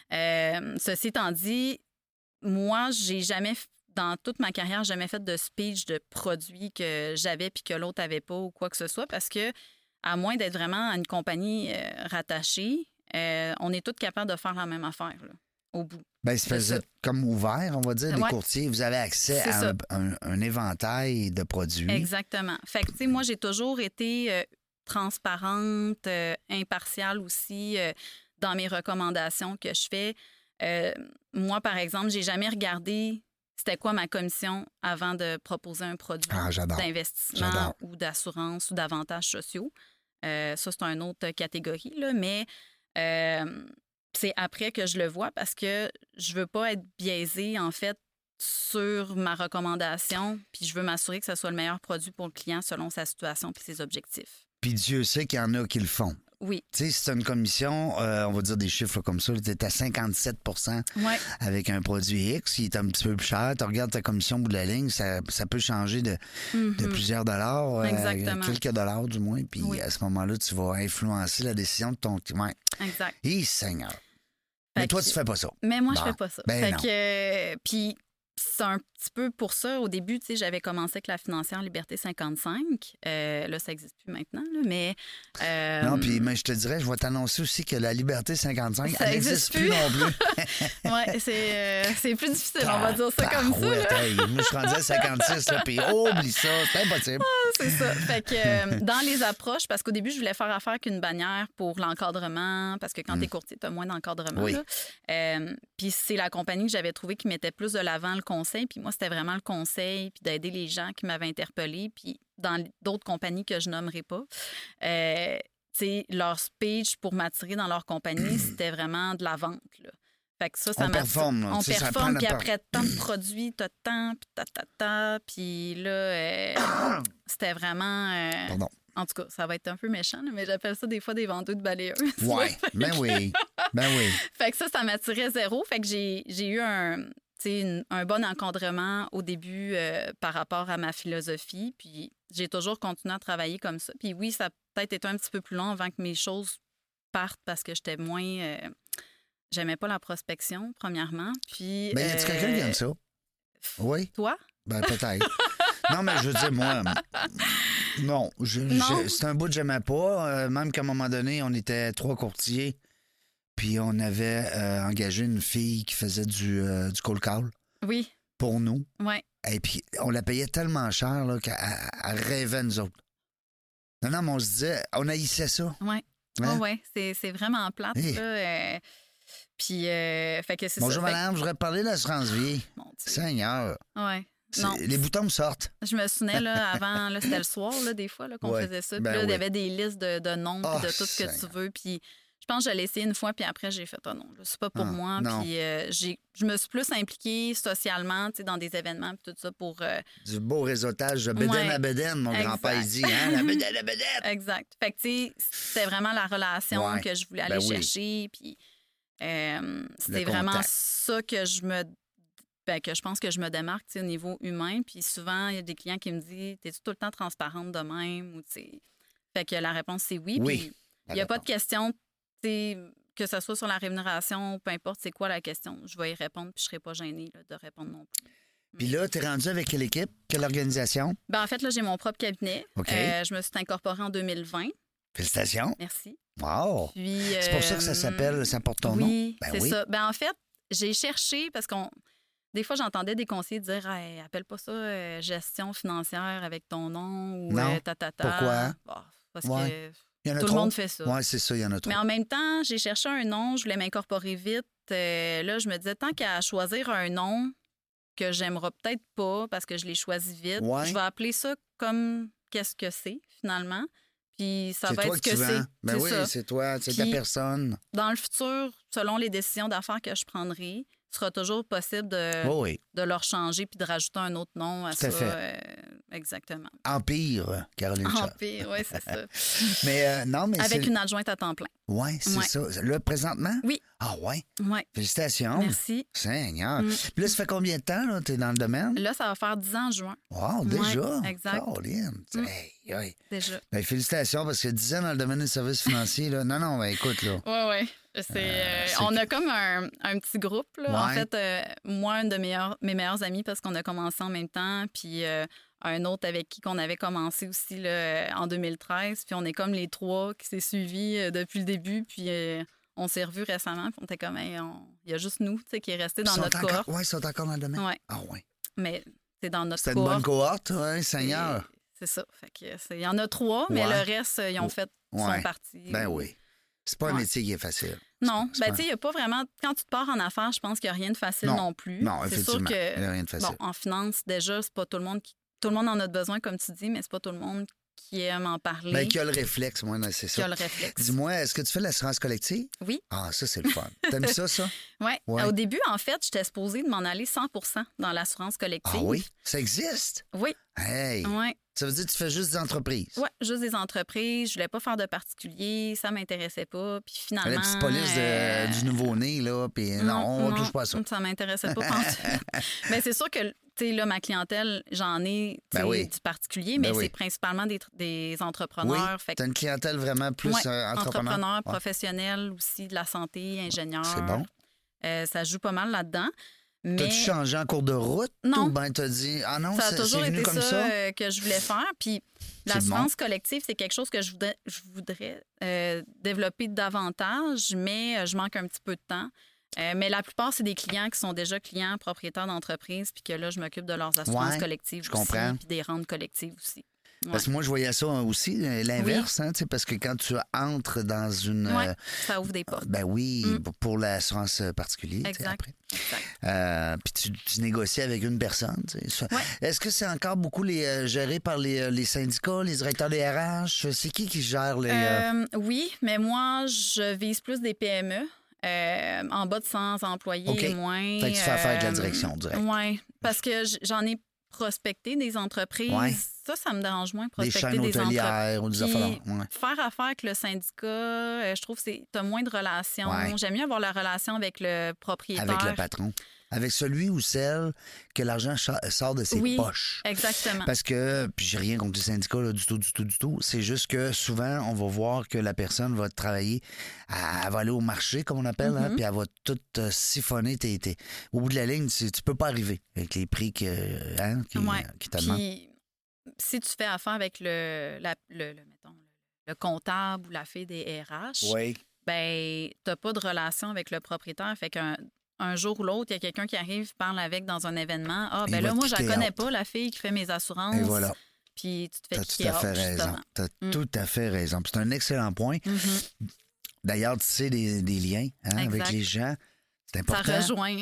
Euh, ceci étant dit, moi, j'ai jamais, f- dans toute ma carrière, jamais fait de speech de produits que j'avais puis que l'autre avait pas ou quoi que ce soit parce que, à moins d'être vraiment à une compagnie euh, rattachée, euh, on est tous capables de faire la même affaire, là, au bout. Ben, c'est C'est vous ça. êtes comme ouvert, on va dire, les Ouais. courtiers. Vous avez accès C'est à ça. un, un- un éventail de produits. Exactement. Fait que, tu sais, moi, j'ai toujours été euh, transparente, euh, impartiale aussi euh, dans mes recommandations que je fais. Euh, moi, par exemple, j'ai jamais regardé c'était quoi ma commission avant de proposer un produit Ah, j'adore. d'investissement J'adore. ou d'assurance ou d'avantages sociaux. Euh, ça, c'est une autre catégorie, là, mais euh, c'est après que je le vois parce que je veux pas être biaisée, en fait, sur ma recommandation, puis je veux m'assurer que ce soit le meilleur produit pour le client selon sa situation puis ses objectifs. Puis Dieu sait qu'il y en a qui le font. Oui. Tu sais, si tu as une commission, euh, on va dire des chiffres là, comme ça, tu es à cinquante-sept pour cent Ouais. avec un produit X, il est un petit peu plus cher. Tu regardes ta commission au bout de la ligne, ça, ça peut changer de, de Mhm. plusieurs dollars, euh, Exactement. quelques dollars du moins. Puis Oui. à ce moment-là, tu vas influencer la décision de ton client. Exact. Hi, Seigneur. Mais Fait toi, que- tu fais pas ça. Mais moi, Bon. je fais pas ça. Ben fait non. que, euh, puis c'est un petit peu pour ça. Au début, tu sais, j'avais commencé avec la financière Liberté cinquante-cinq. Euh, là, ça n'existe plus maintenant, là, mais... euh, Non, puis mais je te dirais, je vais t'annoncer aussi que la Liberté cinquante-cinq, Ça elle n'existe existe plus plus. non plus. ouais, c'est, euh, c'est plus difficile, on va dire ça comme ça. Tabarouette, là. hey, moi, je suis rendu à cinquante-six, là, puis oublie ça, c'est impossible. C'est ça. Fait que euh, dans les approches, parce qu'au début, je voulais faire affaire qu'une bannière pour l'encadrement, parce que quand t'es courtier, t'as moins d'encadrement. Mm. Oui. là. Euh, puis c'est la compagnie que j'avais trouvé qui mettait plus de l'avant le conseil. Puis moi, c'était vraiment le conseil, puis d'aider les gens qui m'avaient interpellée. Puis dans d'autres compagnies que je nommerai pas, euh, tu sais, leur speech pour m'attirer dans leur compagnie, c'était vraiment de la vente, là. Fait que ça, ça On m'a- performe, là. On Tu sais, ça prend performe, le puis per- après tant de produits, t'as tant, puis ta, ta, ta. Puis là, euh, c'était vraiment... euh, Pardon. en tout cas, ça va être un peu méchant, là, mais j'appelle ça des fois des vendeurs de balayeuses. Ouais, ben oui, ben oui. Fait que ça, ça m'attirait zéro. Fait que j'ai, j'ai eu un, tu sais, une- un bon encadrement au début euh, par rapport à ma philosophie. Puis j'ai toujours continué à travailler comme ça. Puis oui, ça a peut-être été un petit peu plus long avant que mes choses partent parce que j'étais moins... euh, j'aimais pas la prospection, premièrement. Puis... Ben, y a-tu euh, quelqu'un qui aime ça? Oui? Toi? Ben, peut-être. Non, mais je veux dire, moi, non, je, Non? je- c'est un bout que j'aimais pas. euh, même qu'à un moment donné, on était trois courtiers, puis on avait euh, engagé une fille qui faisait du, euh, du cold call Oui. pour nous. Ouais. Et puis, on la payait tellement cher là, qu'elle elle rêvait, nous autres. Non, non, mais on se disait, on haïssait ça. Ouais. Hein? Ouais, ouais. C'est, c'est vraiment plate, Hey. là. euh, Puis, euh, fait que c'est Bonjour, ça. Fait madame, je voudrais parler de l'assurance vie. que- mon Dieu. Seigneur, Ouais. c'est- Non. les boutons me sortent. Je me souvenais, là, avant, là, c'était le soir, là, des fois, là, qu'on Ouais. faisait ça. Puis Ben là, il y oui. avait des listes de, de noms, puis Oh, de tout ce que tu Seigneur. veux. Puis je pense que je l'ai essayé une fois, puis après, j'ai fait, oh non, là, c'est pas pour Ah, moi. non. Puis euh, j'ai, je me suis plus impliquée socialement, tu sais, dans des événements, puis tout ça pour. euh, Du beau réseautage de bédaine Ouais. à bédaine, mon Exact. grand-père il dit, hein? La bédaine à bédaine! Exact. Fait que, tu sais, c'était vraiment la relation Ouais. que je voulais Ben aller oui. chercher. Puis euh, c'était Le vraiment contact. ça que je me. Ben, que je pense que je me démarque, tu sais, au niveau humain. Puis souvent, il y a des clients qui me disent, t'es-tu tout le temps transparente de même? Ou, tu sais. Fait que la réponse, c'est oui. Oui. Puis il n'y a pas de question, tu sais, que ce soit sur la rémunération, peu importe c'est quoi la question. Je vais y répondre, puis je ne serai pas gênée là, de répondre non plus. Puis là, t'es rendu avec quelle équipe? Quelle organisation? Ben, en fait, là, j'ai mon propre cabinet. OK. Euh, je me suis incorporée en deux mille vingt. Félicitations. Merci. Wow! Puis, C'est pour ça que ça euh, s'appelle, ça porte ton nom? Oui, Ben c'est oui. ça. Ben, en fait, j'ai cherché parce qu'on. Des fois, j'entendais des conseillers dire hey, appelle pas ça euh, gestion financière avec ton nom ou Non. euh, ta, ta, ta. Pourquoi? Bon, parce Ouais. Il y en a que tout trop? le monde fait ça. Oui, c'est ça, il y en a trop. Mais en même temps, j'ai cherché un nom, je voulais m'incorporer vite. Euh, là, je me disais, tant qu'à choisir un nom que j'aimerais peut-être pas parce que je l'ai choisi vite, Ouais. je vais appeler ça comme qu'est-ce que c'est, finalement. Puis ça C'est va toi être que ce tu que c'est. vends. Ben C'est oui, ça. c'est toi, c'est ta Puis- personne. Dans le futur, selon les décisions d'affaires que je prendrai, il sera toujours possible de, Oui, oui. de leur changer puis de rajouter un autre nom à Tout à ça. fait. euh, exactement. Empire, Caroline Char. Empire, oui, c'est ça. Mais euh, non, mais Avec c'est... une adjointe à temps plein. Oui, c'est Ouais. ça. Là, présentement? Oui. Ah ouais? Oui. Félicitations. Merci. Seigneur. Mm. Puis là, ça fait combien de temps, là, tu es dans le domaine? Là, ça va faire dix ans en juin. Wow, déjà? Ouais, exact. Caroline. Mm. Hey, hey. Déjà. Ben, félicitations, parce que dix ans dans le domaine des services financiers, là. Non, non, ben, écoute, là. Oui, oui. C'est, euh, c'est on que- a comme un, un petit groupe. Là. En Ouais. fait, euh, moi, un de meilleurs, mes meilleurs amis, parce qu'on a commencé en même temps, puis euh, un autre avec qui qu'on avait commencé aussi là, en deux mille treize. Puis on est comme les trois qui s'est suivis euh, depuis le début. Puis euh, on s'est revus récemment. Puis on était comme, hey, on- il y a juste nous tu sais, qui est resté dans Ils sont notre encore... cohorte. Oui, ils sont encore dans le domaine? Ouais. Ah oui. Mais c'est dans notre C'était une bonne cohorte. cohorte, oui, Seigneur. Et C'est ça. Fait que c'est- il y en a trois, mais Ouais. le reste, euh, ils ont fait, Ouais. sont partis. Ben oui. C'est pas un Ouais. métier qui est facile. Non, C'est ben pas- tu sais, il n'y a pas vraiment. Quand tu te pars en affaires, je pense qu'il n'y a rien de facile Non. non, plus. Non, c'est sûr effectivement. que Il y a rien de facile. bon, en finance, déjà, c'est pas tout le monde qui. Tout le monde en a besoin, comme tu dis, mais c'est pas tout le monde qui aime en parler, Ben, qui a le réflexe, moi, non, c'est qui a ça. le réflexe. Dis-moi, est-ce que tu fais l'assurance collective? Oui, Ah, ça, c'est le fun. T'aimes ça, ça? ouais. Ouais. Au début, en fait, j'étais supposée de m'en aller cent pour cent dans l'assurance collective. Ah oui? Ça existe? Oui, Hey! ouais. Ça veut dire que tu fais juste des entreprises? Ouais, juste des entreprises. Je voulais pas faire de particulier, ça m'intéressait pas. Puis finalement. La petite police de- euh, du nouveau-né, là, puis non, on touche pas à ça. Ça m'intéressait pas. pantoute. Mais c'est sûr que, tu sais, là, ma clientèle, j'en ai tu sais, Ben oui. du particulier, Ben mais oui. c'est principalement des, tr- des Oui, entrepreneurs. Fait que- t'as une clientèle vraiment plus ouais, euh, entrepreneur. entrepreneurs, Ouais. professionnels aussi, de la santé, ingénieurs. C'est bon. Euh, ça joue pas mal là-dedans. Mais T'as-tu changé en cours de route? Non. Ou ben t'as dit, ah non, ça a c'est toujours c'est venu été comme ça, ça? euh, que je voulais faire. Puis C'est l'assurance collective, c'est quelque chose que je voudrais, je voudrais euh, développer davantage, mais euh, je manque un petit peu de temps. Euh, mais la plupart, c'est des clients qui sont déjà clients, propriétaires d'entreprises, puis que là, je m'occupe de leurs assurances Ouais, collectives je aussi, comprends. puis des rentes collectives aussi. Ouais. Parce que moi, je voyais ça aussi, euh, l'inverse, hein, tu sais, parce que quand tu entres dans une... Ouais, euh, ça ouvre des portes. ben oui, Mm. pour- pour l'assurance euh, particulière, tu sais, Exact. après. Exact. Euh, puis tu, tu négocies avec une personne. tu sais. Ça- Ouais. Est-ce que c'est encore beaucoup les, euh, géré par les, euh, les syndicats, les directeurs des R H? C'est qui qui gère les... euh, Euh, oui, mais moi, je vise plus des P M E. euh, en bas de cent employés OK. et moins. Fait que tu fais affaire avec la euh, direction, direct. Oui, parce que j- j'en ai prospecté des entreprises. Ouais. Ça, ça me dérange moins, des prospecter chaînes des, entreprises. hôtelières ou des Puis, affaires. Ouais. Faire affaire avec le syndicat, euh, je trouve que c'est t'as moins de relations. Ouais. J'aime mieux avoir la relation avec le propriétaire. Avec le patron. Avec celui ou celle que l'argent cha- sort de ses Oui. poches. Exactement. Parce que, puis j'ai rien contre les syndicats là, du tout, du tout, du tout. C'est juste que souvent, on va voir que la personne va travailler, elle, elle va aller au marché, comme on appelle, hein, Mhm. puis elle va tout euh, siphonner. Tes, tes- Au bout de la ligne, tu, tu peux pas arriver avec les prix que, hein, qui, Ouais. qui te demandent. Puis, si tu fais affaire avec le, la- le, le, mettons, le comptable ou la fille des R H, Oui. ben, t'as pas de relation avec le propriétaire. Fait qu'un un jour ou l'autre, il y a quelqu'un qui arrive, parle avec dans un événement. Ah, Il ben va là, te moi, je la kicker connais out. pas, la fille qui fait mes assurances. Et voilà. Puis tu te Tu fais as tout kicker à fait out, raison. justement. Tu as Mm. tout à fait raison. Puis c'est un excellent point. Mhm. D'ailleurs, tu sais, des, des liens hein, avec Exact. les gens. C'est Ça important. rejoint.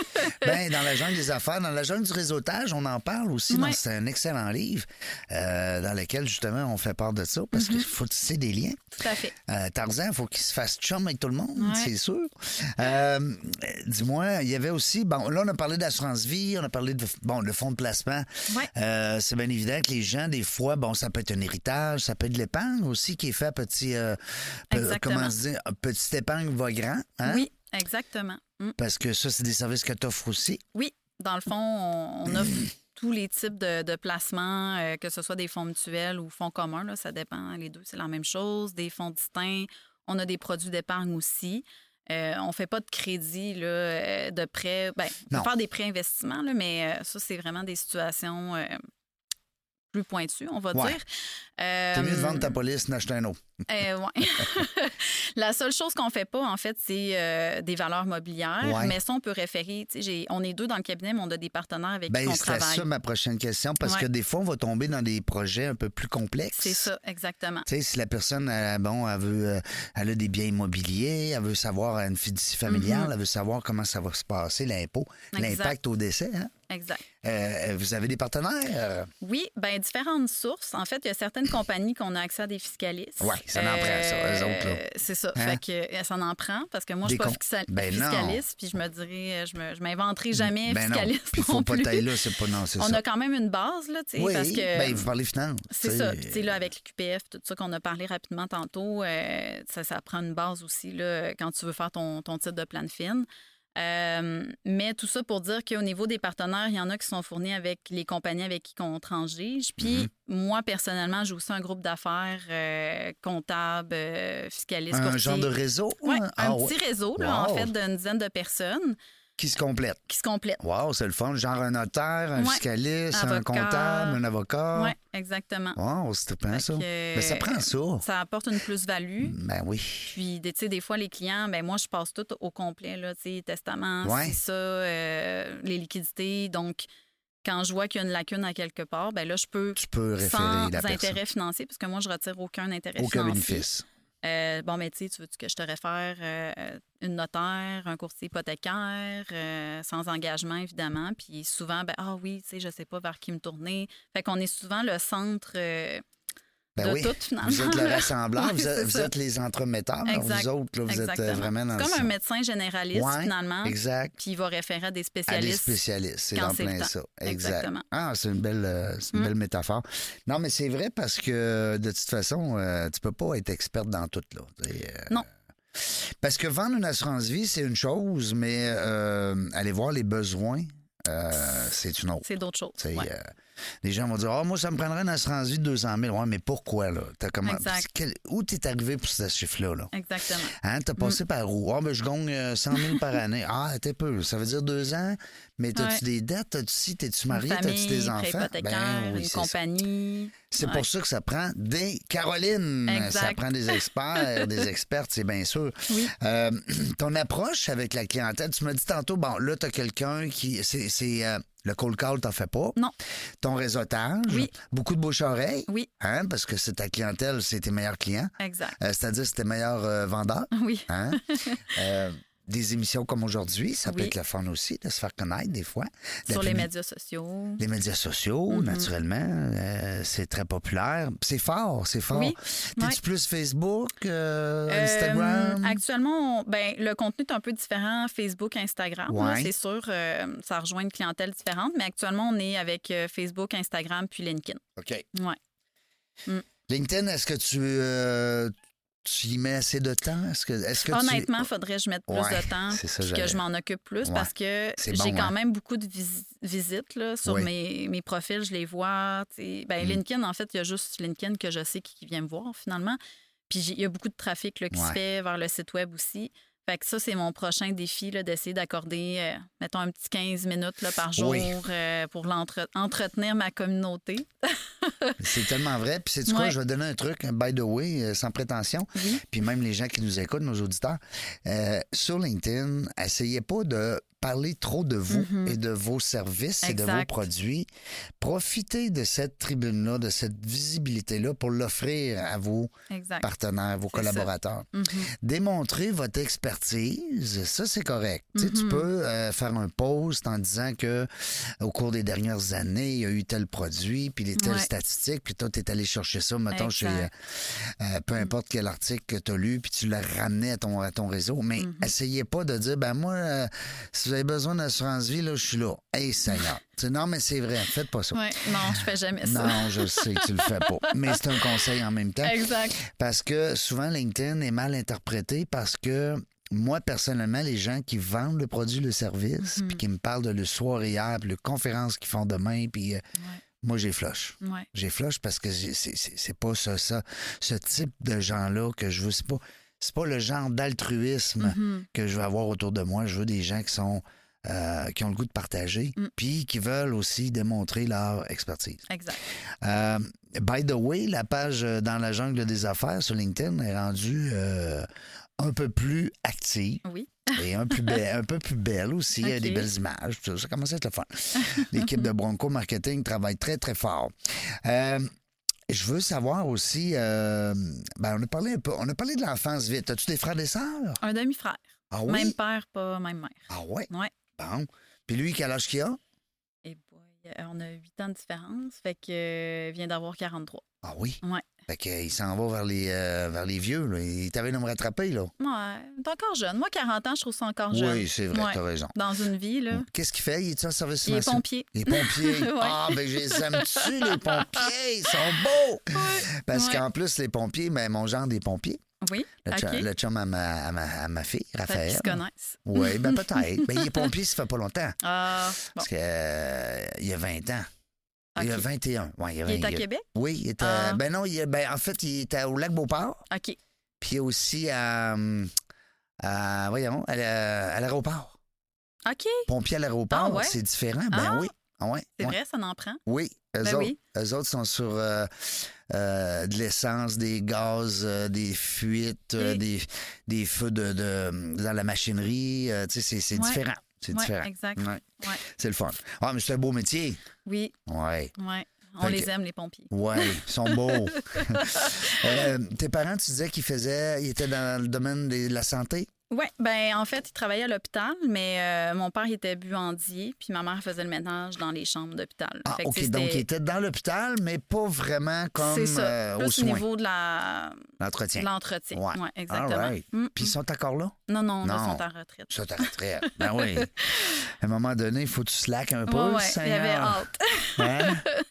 Ben, dans la jungle des affaires, dans la jungle du réseautage, on en parle aussi. dans- Ouais. C'est un excellent livre euh, dans lequel, justement, on fait part de ça parce qu'il faut tisser des liens. Tout à fait. Euh, Tarzan, il faut qu'il se fasse chum avec tout le monde, Ouais. c'est sûr. Euh, Dis-moi, il y avait aussi... Bon, là, on a parlé d'assurance vie, on a parlé de bon, le fonds de placement. Ouais. Euh, c'est bien évident que les gens, des fois, bon, ça peut être un héritage, ça peut être de l'épargne aussi qui est fait à petit... euh, pe- Exactement. comment se dire? Petite épargne va grand. Hein? Oui, exactement. Mm. Parce que ça, c'est des services que tu offres aussi. Oui, dans le fond, on, on offre tous les types de, de placements, euh, que ce soit des fonds mutuels ou fonds communs, là, ça dépend. Les deux, c'est la même chose. Des fonds distincts. On a des produits d'épargne aussi. Euh, on ne fait pas de crédit, là, euh, de prêt. Bien, on Non. peut faire des prêts investissements, là, mais euh, ça, c'est vraiment des situations euh, plus pointues, on va Ouais. dire. Euh, T'es mieux de vendre ta police, n'acheter un autre. euh, ouais. La seule chose qu'on fait pas, en fait, c'est euh, des valeurs mobilières. Ouais. Mais ça, on peut référer. Tu sais, j'ai- on est deux dans le cabinet, mais on a des partenaires avec qui Ben, on c'était travaille. ça ma prochaine question, parce Ouais. que des fois, on va tomber dans des projets un peu plus complexes. C'est ça, exactement. Tu sais, si la personne, elle, bon, elle veut, euh, elle a des biens immobiliers, elle veut savoir une fiducie familiale, Mhm. elle veut savoir comment ça va se passer, l'impôt, Exact. l'impact au décès, hein? exact. Euh, vous avez des partenaires? Oui, bien, différentes sources. En fait, il y a certaines compagnies qu'on a accès à des fiscalistes. Oui, ça en prend, ça, eux autres, là. C'est ça. Hein? Fait que ça en prend parce que moi, je Des suis pas com- fiscal- Ben non. fiscaliste, puis je me dirais, je me, je m'inventerai jamais Ben non, fiscaliste puis il faut non pas plus. tailler là, c'est pas... Non, c'est On ça. a quand même une base, là, tu sais, Oui, parce que... ben vous parlez finance. C'est tu ça. sais. Puis, tu sais, là, avec le Q P F, tout ça qu'on a parlé rapidement tantôt, euh, ça, ça prend une base aussi, là, quand tu veux faire ton, ton titre de plan de fin. Euh, mais tout ça pour dire qu'au niveau des partenaires, il y en a qui sont fournis avec les compagnies avec qui on transige. Puis Mm-hmm. moi, personnellement, j'ai aussi un groupe d'affaires euh, comptable, euh, fiscaliste, Un courtier. genre de réseau? Oui, hein? un Ah, petit ouais. réseau, là, en Wow. fait, d'une dizaine de personnes Qui se complète. qui se complètent. Wow, c'est le fun. Genre un notaire, un Ouais. fiscaliste, un Avocat. comptable, un avocat. Oui, exactement. Wow, c'est trippant, Fait ça. que, Ben, ça prend ça. Ça apporte une plus-value. Ben oui. Puis, tu sais, des fois, les clients, ben moi, je passe tout au complet, là, tu sais, testament, Ouais. c'est ça, euh, les liquidités. Donc, quand je vois qu'il y a une lacune à quelque part, ben là, je peux, Tu peux référer sans la personne. intérêt financier, parce que moi, je retire aucun intérêt Aucun financier. bénéfice. Euh, bon, mais tu sais, tu veux que je te réfère euh, une notaire, un courtier hypothécaire, euh, sans engagement, évidemment. Puis souvent, ben ah oui, tu sais, je sais pas vers qui me tourner. Fait qu'on est souvent le centre euh, Ben de oui. tout, finalement. Vous êtes le rassembleur, Ouais, vous, êtes, c'est vous ça. êtes les entremetteurs. là. Exact. Vous autres, là, vous êtes euh, Exactement. vraiment dans C'est le comme un centre. médecin généraliste, Ouais, finalement. Exact. Puis il va référer à des À des spécialistes. spécialistes, c'est quand dans c'est le plein temps. ça. Exact. Exactement. Ah, c'est une belle, euh, c'est une Mm. belle métaphore. Non, mais c'est vrai parce que de toute façon, euh, tu peux pas être experte dans tout là. T'sais, euh, Non. Parce que vendre une assurance vie, c'est une chose, mais euh, aller voir les besoins, euh, c'est une autre. C'est d'autres choses. T'sais, Ouais. euh, les gens vont dire, ah, moi, ça me prendrait une assurance vie de deux cent mille. Ouais, mais pourquoi, là? T'as comment... Exact. Quel... Où t'es arrivé pour ce chiffre-là, là? Exactement. Hein, t'as passé Mm. par où? Ah, ben, je gagne euh, cent mille par année. Ah, t'es peu. Ça veut dire deux ans. Mais t'as-tu Ouais. des dettes? T'as-tu ci? T'es-tu marié? Une T'as-tu famille, des prêt enfants? hypothécaire, oui, une c'est ça. compagnie. C'est Ouais. pour ça que ça prend des Caroline. Exact. Ça prend des experts, des expertes, c'est bien sûr. Oui. Euh, ton approche avec la clientèle, tu m'as dit tantôt, bon, là, t'as quelqu'un qui. C'est. c'est, euh, le cold call, t'en fais pas. Non. Ton réseautage. Oui. Beaucoup de bouche-oreille. Oui, Hein, parce que c'est ta clientèle, c'est tes meilleurs clients. exact. Euh, c'est-à-dire, c'est tes meilleurs euh, vendeurs. Oui. Hein? Euh, des émissions comme aujourd'hui, ça peut Oui. être le fun aussi de se faire connaître des fois. La Sur les publi- médias sociaux. Les médias sociaux, Mhm. naturellement, euh, c'est très populaire. C'est fort, c'est fort. Oui. T'es-tu Ouais. plus Facebook, euh, Euh, Instagram? actuellement, on- ben, le contenu est un peu différent, Facebook, Instagram. là, Ouais. c'est sûr, euh, ça rejoint une clientèle différente, mais actuellement, on est avec euh, Facebook, Instagram puis LinkedIn. OK. Ouais. LinkedIn, est-ce que tu, euh, tu y mets assez de temps? Est-ce que, est-ce que Honnêtement, il tu... faudrait que je mette plus Ouais, de temps c'est ça, puis que j'allais- je m'en occupe plus Ouais. parce que C'est j'ai bon, quand hein? même beaucoup de vis- visites là, sur Oui. mes, mes profils, je les vois. tu sais. Ben, Mm. LinkedIn, en fait, il y a juste LinkedIn que je sais qui, qui vient me voir finalement. Puis j'ai- il y a beaucoup de trafic là, qui Ouais. se fait vers le site web aussi. Fait que ça, c'est mon prochain défi, là, d'essayer d'accorder, euh, mettons, un petit quinze minutes là, par jour Oui. euh, pour l'entre- entretenir ma communauté. C'est tellement vrai. Puis, sais-tu quoi? Ouais. Je vais te donner un truc, by the way, euh, sans prétention. Oui. Puis même les gens qui nous écoutent, nos auditeurs, euh, sur LinkedIn, essayez pas de parler trop de vous Mhm. et de vos services et de vos Exact. produits. Profitez de cette tribune-là, de cette visibilité-là pour l'offrir à vos Exact. partenaires, vos C'est ça. collaborateurs. Mhm. Démontrer votre expertise, ça c'est correct. Tu sais, Tu Mhm. peux euh, faire un post en disant que au cours des dernières années, il y a eu tel produit, puis les telles Ouais. statistiques, puis toi, tu es allé chercher ça, mettons, chez Exact. euh, euh, peu importe quel article que tu as lu, puis tu l'as ramené à ton, à ton réseau. Mais Mhm. essayez pas de dire, ben moi, euh, si vous avez besoin d'assurance vie, là, je suis là. Hey, Seigneur. Tu sais, non, mais c'est vrai, faites pas ça. Ouais. Non, je fais jamais ça. Non, je sais que tu le fais pas. Mais c'est un conseil en même temps. Exact. Parce que souvent, LinkedIn est mal interprété parce que moi, personnellement, les gens qui vendent le produit, le service, Mhm. puis qui me parlent de le soir hier, puis le conférence qu'ils font demain, puis euh, Ouais. moi, j'ai flush. Ouais. J'ai flush parce que j'ai- c'est c'est- c'est pas ça, ça, ce type de gens-là que je veux. C'est pas, c'est pas le genre d'altruisme Mhm. que je veux avoir autour de moi. Je veux des gens qui sont euh, qui ont le goût de partager, Mm. puis qui veulent aussi démontrer leur expertise. Exact. Euh, by the way, la page euh, Dans la jungle des affaires sur LinkedIn est rendue euh, un peu plus active Oui. et un, plus be- un peu plus belle aussi. Il y a Ok. des belles images. tout Ça, ça commence à être le fun. L'équipe de Bronco Marketing travaille très, très fort. Euh, je veux savoir aussi, euh, ben, on a parlé un peu, on a parlé de l'enfance vite. As-tu des frères et des sœurs? Un demi-frère. Ah oui? Même père, pas même mère. Ah ouais? Ouais. Bon. Puis lui, quel âge qu'il a? euh, on a huit ans de différence. Fait que euh, vient d'avoir quarante-trois. Ah oui? Ouais. Fait qu'il s'en va vers les, euh, vers les vieux. Là. Il t'avait de me rattraper, là. Ouais, t'es encore jeune. Moi, quarante ans, je trouve ça encore jeune. Oui, c'est vrai, Ouais. t'as raison. Dans une vie, là. Qu'est-ce qu'il fait? Il est en service Il est national? pompier. Les pompiers. Ouais. Ah, ben, je les aime-tu, les pompiers? Ils sont beaux! Ouais. Parce Ouais. qu'en plus, les pompiers, ben, mon genre des pompiers. Oui, Le, OK. chum, le chum à ma, à ma, à ma fille, Peut-être qu'ils Raphaël. se connaissent. Oui, ben peut-être. Ben, il est pompier, ça fait pas longtemps. Ah, bon. Parce qu'il euh, y a vingt ans. Il y a OK. vingt et un. Ouais, il, y a Il est vingt à il y a- Québec? Oui, il était. Ah. Ben non, il, ben, en fait, il était au lac Beauport. OK. Puis aussi à. à voyons, à, la- à l'aéroport. OK. Pompier à l'aéroport, Ah ouais? c'est différent. Ben Ah. oui. Ah ouais, C'est ouais. vrai, ça en prend. Oui, eux, Ben autres, oui. eux autres sont sur euh, euh, de l'essence, des gaz, euh, des fuites, euh, Oui. des, des feux de, de- dans la machinerie. euh, tu sais, c'est, c'est Ouais. différent. C'est Ouais, différent. exact. Ouais. Ouais. C'est le fun. Ah, mais c'est un beau métier. Oui, Ouais. oui. On Fait les que- aime, les pompiers. Ouais, ils sont beaux. Euh, tes parents, tu disais qu'ils faisaient, ils étaient dans le domaine de la santé? Oui, ben en fait, ils travaillaient à l'hôpital, mais euh, mon père il était buandier, puis ma mère faisait le ménage dans les chambres d'hôpital. Ah, Fait que, OK. tu sais, Donc, c'était- ils étaient dans l'hôpital, mais pas vraiment comme c'est ça, euh, aux plus au soins, niveau de la l'entretien. de l'entretien. Ouais. Ouais, exactement. All right. Mm, Puis ils sont encore là? mm. Non, non, là, Non. ils sont en retraite. Ça, ta retraite. Ben oui. À un moment donné, il faut que tu slack un peu, Ouais, ouais, il y Seigneur. avait hâte. Hein?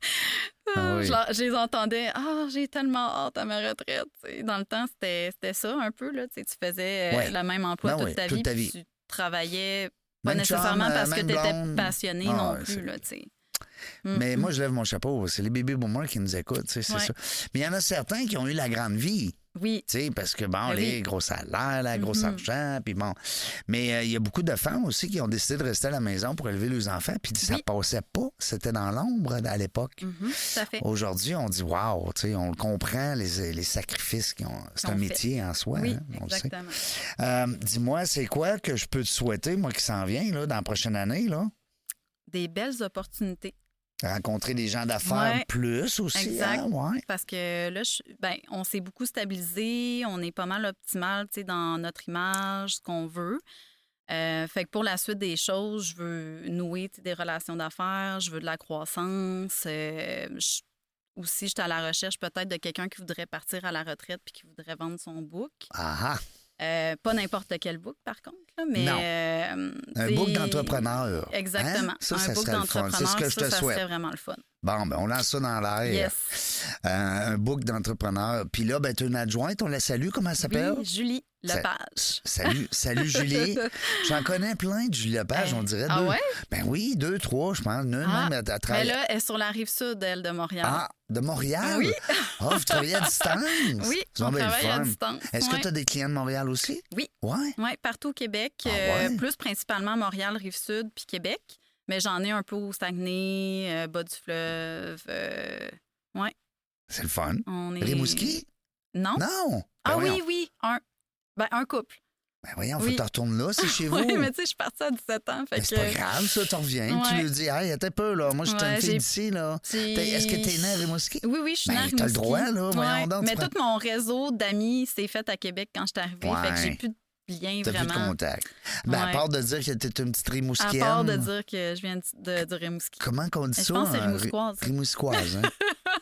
Ah oui. je, la- je les entendais. Ah, j'ai tellement hâte à ma retraite. Tu sais, dans le temps, c'était c'était ça un peu. Là. Tu sais, tu faisais euh, Ouais. le même emploi Ben toute, oui, ta toute vie, ta puis vie. tu travaillais pas Même nécessairement chum, parce euh, que même tu étais blonde. passionné Ah, non ouais, plus. c'est- Là, tu sais. Mm, Mais mm. moi, je lève mon chapeau. C'est les baby boomers qui nous écoutent, tu sais, c'est Ouais. ça. Mais il y en a certains qui ont eu la grande vie. Oui, Tu sais, parce que, bon, Ben les oui. gros salaires, la grosse Mhm. argent, puis bon. Mais euh, il y a beaucoup de femmes aussi qui ont décidé de rester à la maison pour élever leurs enfants, puis ça Oui. passait pas. C'était dans l'ombre à l'époque. mhm, tout à fait. Aujourd'hui, on dit, wow, tu sais, on le comprend, les, les sacrifices qu'ils ont. C'est Qu'on un fait. métier en soi, Oui, hein, on le sait. exactement. Euh, dis-moi, c'est quoi que je peux te souhaiter, moi, qui s'en vient, là, dans la prochaine année, là? Des belles opportunités. Rencontrer des gens d'affaires Ouais. plus aussi, Exact. hein? Ouais. Parce que là, je- ben, on s'est beaucoup stabilisé, on est pas mal optimal tu sais, dans notre image, ce qu'on veut. Euh, fait que pour la suite des choses, je veux nouer tu sais, des relations d'affaires, je veux de la croissance. euh, je- aussi, je suis à la recherche peut-être de quelqu'un qui voudrait partir à la retraite puis qui voudrait vendre son book. Ah ah. Euh, pas n'importe quel book, par contre, là, mais... Non. euh, Un tu book sais, d'entrepreneur. Exactement. Hein? Ça, un ça book serait le fun. d'entrepreneur, C'est ce que je ça, te ça souhaite. serait vraiment le fun. Bon, ben on lance ça dans l'air. Yes. Euh, un book d'entrepreneur. Puis là, ben, tu as une adjointe, on la salue, comment elle s'appelle? Oui, Julie Ça- Lepage. Salut, salut Julie. J'en connais plein de Julie Lepage, on dirait Ah deux. ouais? Ben oui, deux, trois, je pense. Une Ah, même à, à Mais travailler. là, elle est sur la rive sud, elle, de Montréal. Ah, de Montréal? Oui. Ah, vous travaillez à distance? Oui, C'est on donc bien le travaille à fun. distance. Est-ce que ouais. tu as des clients de Montréal aussi? Oui. Ouais. Oui, partout au Québec. Ah euh, ouais? plus principalement Montréal, Rive-Sud, puis Québec. Mais j'en ai un peu au Saguenay, euh, bas du fleuve. Euh, ouais, C'est le fun. on est... Rimouski? Non? Non. Ben Ah voyons. oui, oui, un. Ben, un couple. Ben voyons, faut Oui. que tu retournes là, c'est chez vous. Oui, mais tu sais, je suis partie à dix-sept ans. Fait Ben, que... c'est pas grave, ça, tu reviens. Tu Ouais. lui dis, hey, attends un peu, là. Moi, je suis Ouais, une fille j'ai- d'ici, là. J'ai- T'es- Est-ce que t'es né à Rimouski? Oui, oui, je suis Ben, née à t'as le Rimouski. droit, là, voyons Ouais, donc, tu Mais prends- tout mon réseau d'amis s'est fait à Québec quand je suis arrivée. Fait que Ouais. j'ai plus de lien T'as plus de vraiment. contact. Ben, à Ouais. part de dire que t'es une petite À Rimouskienne. part de dire que je viens de, de, de Rimouski. Comment qu'on dit Mais je ça? pense que c'est hein? Rimousquoise. Ri- Rimouskoise, hein?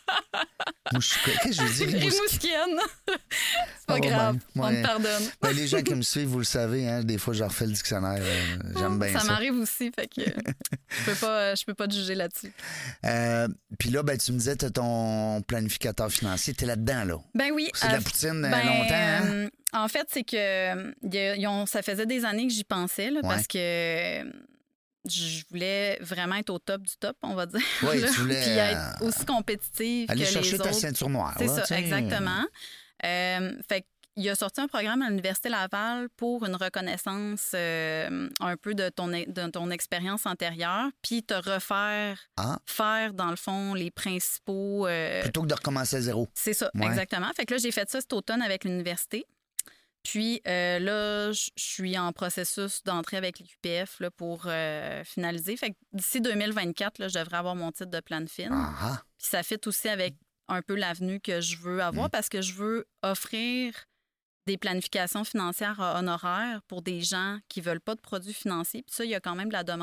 Mouchou- Qu'est-ce que je dis? Rimouski? Rimouskienne. C'est pas Oh, grave. ben, On ouais. te pardonne. Ben, les gens qui me suivent, vous le savez, hein, des fois, je refais le dictionnaire. euh, J'aime bien ça. Ça m'arrive aussi, fait que je peux pas, je peux pas te juger là-dessus. Euh, Puis là, ben, tu me disais, tu as ton planificateur financier. Tu es là-dedans, là. Ben oui. C'est de la euh, poutine euh, ben, longtemps, hein? euh, en fait, c'est que euh, y a- ils ont- ça faisait des années que j'y pensais, là, Ouais. parce que euh, je voulais vraiment être au top du top, on va dire. Oui, là. tu voulais, Puis être euh, aussi compétitive Aller que chercher les ta autres. ceinture noire. C'est là, ça, tu sais. exactement. Euh, fait qu'il a sorti un programme à l'Université Laval pour une reconnaissance euh, un peu de ton, e- de ton expérience antérieure, puis te refaire Ah. faire, dans le fond, les principaux... euh, Plutôt que de recommencer à zéro. c'est ça, Ouais. exactement. Fait que là, j'ai fait ça cet automne avec l'université. Puis euh, là, je je suis en processus d'entrée avec l'U P F là, pour euh, finaliser. Fait que d'ici deux mille vingt-quatre, là, je devrais avoir mon titre de plan fine. Ah, ah. Puis ça fit aussi avec un peu l'avenue que je veux avoir Mm. parce que je veux offrir des planifications financières à honoraires pour des gens qui veulent pas de produits financiers. Puis ça, il y a quand même de la demande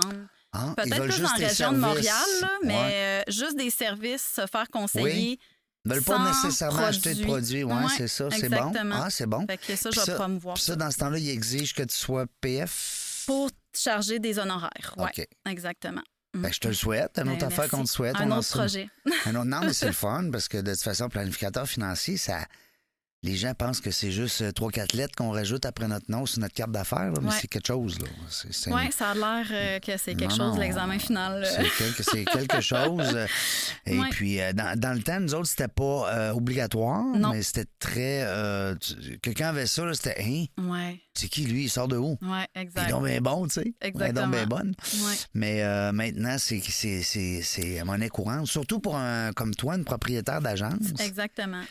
Ah, ils Peut-être veulent plus juste en tes région de services. Montréal, là, mais Ouais. euh, juste des services, se faire conseiller. Ils ne veulent pas sans nécessairement acheter de produits. Oui, Ouais, c'est ça. C'est bon. exactement. Ah, c'est bon. Fait que ça, Puis je vais ça- promouvoir Puis ça. ça, dans ce temps-là, ils exigent que tu sois P F. Pour charger des honoraires. Oui, OK. exactement. Ben, je te le souhaite. Une Ben, autre affaire merci. qu'on te souhaite. Un on en autre sait- projet. Un autre- Non, mais c'est le fun parce que de toute façon, planificateur financier, ça. Les gens pensent que c'est juste trois quatre lettres qu'on rajoute après notre nom sur notre carte d'affaires, là, mais Ouais. c'est quelque chose. Là. C'est, c'est... Oui, ça a l'air euh, que c'est quelque Non, chose, non, l'examen final. C'est quelque, c'est quelque chose. Et Ouais. puis, euh, dans, dans le temps, nous autres, c'était pas euh, obligatoire, Non. mais c'était très. Euh, tu- quelqu'un avait ça, là, c'était. Hein? Oui, C'est qui, lui? Il sort de où? oui, Il est exact. donc bien bon, tu sais. Il est Exactement. donc bien bonne. Ouais. Mais euh, maintenant, c'est, c'est, c'est, c'est monnaie courante, surtout pour un comme toi, une propriétaire d'agence. Exactement.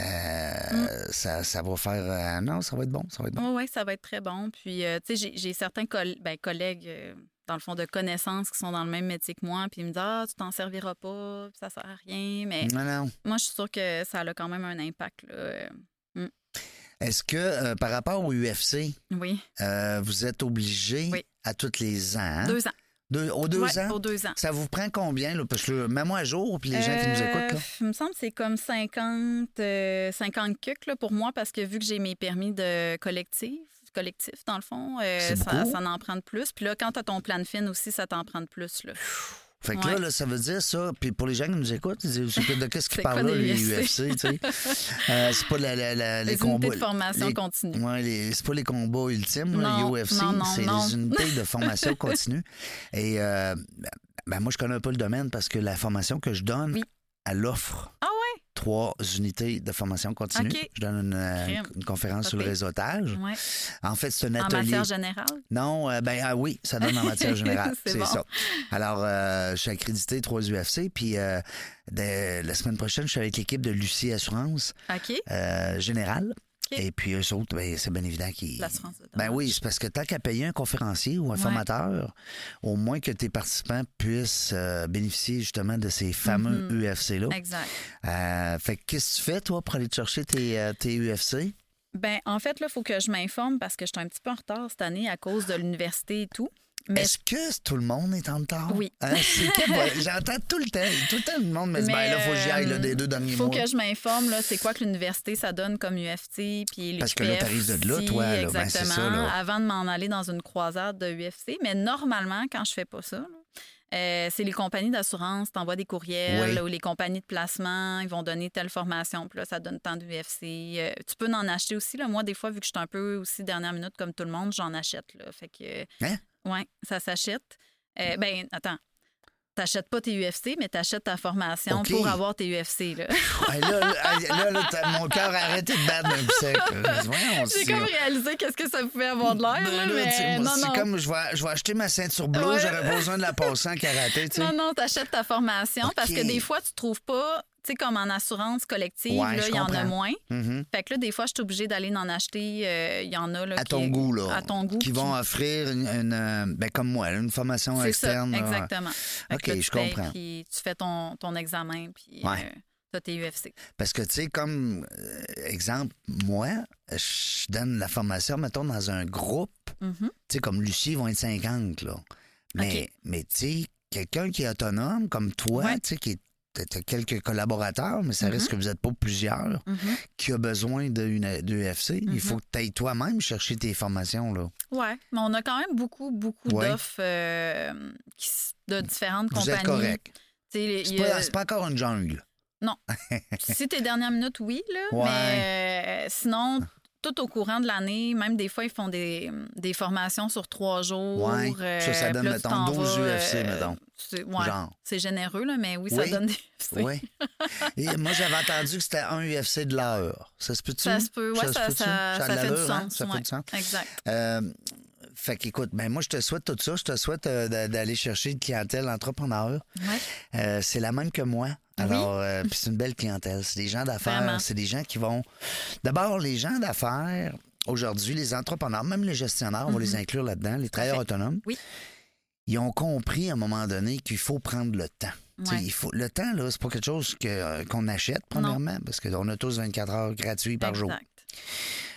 Euh, ça, ça va faire. euh, non, ça va être bon. Ça va être bon. Oui, ouais, ça va être très bon. Puis, euh, tu sais, j'ai, j'ai certains coll- ben, collègues, euh, dans le fond, de connaissances qui sont dans le même métier que moi, puis ils me disent « Ah, tu t'en serviras pas, puis ça sert à rien. » Mais Non, non. moi, je suis sûre que ça a quand même un impact. Là. Euh, Est-ce que euh, par rapport au U F C, Oui, euh, vous êtes obligé Oui. à tous les ans? hein? deux ans. Deux- aux deux Ouais, ans? aux deux ans. Ça vous prend combien? Là? Parce que là, mets-moi à jour, puis les gens qui nous Euh, écoutent. Là. Il me semble que c'est comme cinquante, euh, cinquante cucs là, pour moi, parce que vu que j'ai mes permis de collectif, collectif dans le fond, euh, C'est ça, beaucoup. ça en prend de plus. Puis là, quand tu as ton plan de fin aussi, ça t'en prend de plus. Là. Fait que Ouais. là, là, ça veut dire ça. Puis pour les gens qui nous écoutent, ils disent de qu'est-ce qu'ils C'est parlent quoi là, des les U U F F C, C? tu sais. Euh, c'est pas la, la- la- les, Les combats. unités de formation les- continue. Ouais, les- c'est pas les combats ultimes, là, Non, les U F C, non, non, c'est non. les unités de formation continue. Et euh, ben, moi, je connais un peu le domaine parce que la formation que je donne, Oui. elle offre Ah ouais? trois unités de formation continue. OK. Je donne une, euh, Crème. une conférence Pas sur le pire. réseautage. Ouais. En fait, c'est un En atelier. matière générale? Non, euh, ben ah oui, ça donne en matière générale. C'est c'est bon. ça. Alors, euh, je suis accrédité trois U F C, puis euh, de- la semaine prochaine, je suis avec l'équipe de Lucie Assurance OK. euh, Générale. OK. Et puis eux autres, ben, c'est bien évident qu'ils. L'assurance de Ben dommages. oui, c'est parce que tant qu'à payer un conférencier ou un Ouais. formateur, au moins que tes participants puissent euh, bénéficier justement de ces fameux Mhm. U F C-là. Exact. Euh, fait que qu'est-ce que tu fais, toi, pour aller te chercher tes, euh, tes U F C? Ben, en fait, là, il faut que je m'informe parce que je suis un petit peu en retard cette année à cause de l'université et tout. Mais Est-ce que tout le monde est en retard? Oui. Hein, c'est que- J'entends tout le temps. Tout le temps, le monde me dit, Mais, ben là, faut que j'y aille là, euh, des deux derniers il faut mois. que je m'informe, là, c'est quoi que l'université, ça donne comme U F C, puis Parce que là, t'arrives de là, aussi, toi, là. Ben, c'est exactement, ça, là. avant de m'en aller dans une croisade de U F C. Mais normalement, quand je fais pas ça, là, euh, c'est les compagnies d'assurance, t'envoies des courriels, Oui. ou les compagnies de placement, ils vont donner telle formation, puis là, ça donne tant d'U F C. Euh, tu peux en acheter aussi, là. Moi, des fois, vu que je suis un peu aussi dernière minute comme tout le monde, j'en achète, là. Fait que... Hein? Oui, ça s'achète. Euh, ben, attends. T'achètes pas tes U F C, mais t'achètes ta formation OK. pour avoir tes U F C. Là. Ouais, là, là, là, là, t'as- mon cœur a arrêté de battre d'un coup sec. là. Voyons, J'ai c'est- comme réalisé qu'est-ce que ça pouvait avoir de l'air. Ben là, là, tu sais, mais moi, non, c'est non. comme je vais, je vais acheter ma ceinture bleue, Ouais. j'aurais pas besoin de la passer en karaté, tu sais. Non, non, t'achètes ta formation parce OK. que des fois, tu trouves pas, tu sais, comme en assurance collective, Ouais, là, je il y en a comprends. moins. Mhm. Fait que là, des fois, je suis obligée d'aller en acheter. euh, Il y en a là, À qui- ton goût, là. À ton goût. Qui vont offrir une, une, euh, ben, comme moi, là, une formation C'est externe. ça, là. exactement. Fait OK, que là, tu je payes, comprends. Puis tu fais ton, ton examen, puis Ouais. tu as tes U F C. Parce que, tu sais, comme euh, exemple, moi, je donne la formation, mettons, dans un groupe, Mhm. tu sais, comme Lucie, ils vont être cinquante, là. Mais, OK. mais tu sais, quelqu'un qui est autonome, comme toi, Ouais. tu sais, qui est t'as quelques collaborateurs, mais ça Mhm. reste que vous n'êtes pas plusieurs, Mhm. qui a besoin d'une d'U F C. Mhm. Il faut que tu ailles toi-même chercher tes formations, là. Oui, mais on a quand même beaucoup, beaucoup Ouais. d'offres euh, qui s- de différentes Vous compagnies. êtes correct. Tu sais, les- C'est il y a- pas, c'est pas encore une jungle. Si t'es dernière minute, oui, là. Ouais. Mais euh, sinon, tout au courant de l'année, même des fois, ils font des, des formations sur trois jours. Ouais. euh, Ça, ça donne, puis là, tu mettons, t'en douze vas, U F C, euh, mettons. c'est- ouais, Genre. c'est généreux, là, mais oui, ça Oui. donne des U F C. Oui. Et moi, j'avais entendu que c'était un U F C de l'heure. Ça se peut-tu? Ça se peut, ouais, ça, se ça, peut-tu? ça, a de fait du l'allure, hein? sens. Ça ouais. fait du sens. Exact. Euh, fait qu'écoute, ben moi, je te souhaite tout ça. Je te souhaite euh, d'a- d'aller chercher une clientèle entrepreneur. Ouais. Euh, c'est la même que moi. Oui. Alors, euh, puis c'est une belle clientèle. C'est des gens d'affaires. Vraiment. C'est des gens qui vont. D'abord, les gens d'affaires, aujourd'hui, les entrepreneurs, même les gestionnaires, on va Mhm. les inclure là-dedans, les travailleurs fait. autonomes. Oui. Ils ont compris à un moment donné qu'il faut prendre le temps. Tu sais, Ouais. Il faut, le temps, là, c'est pas quelque chose que, euh, qu'on achète, premièrement, parce qu'on a tous vingt-quatre heures gratuites par jour. Exact.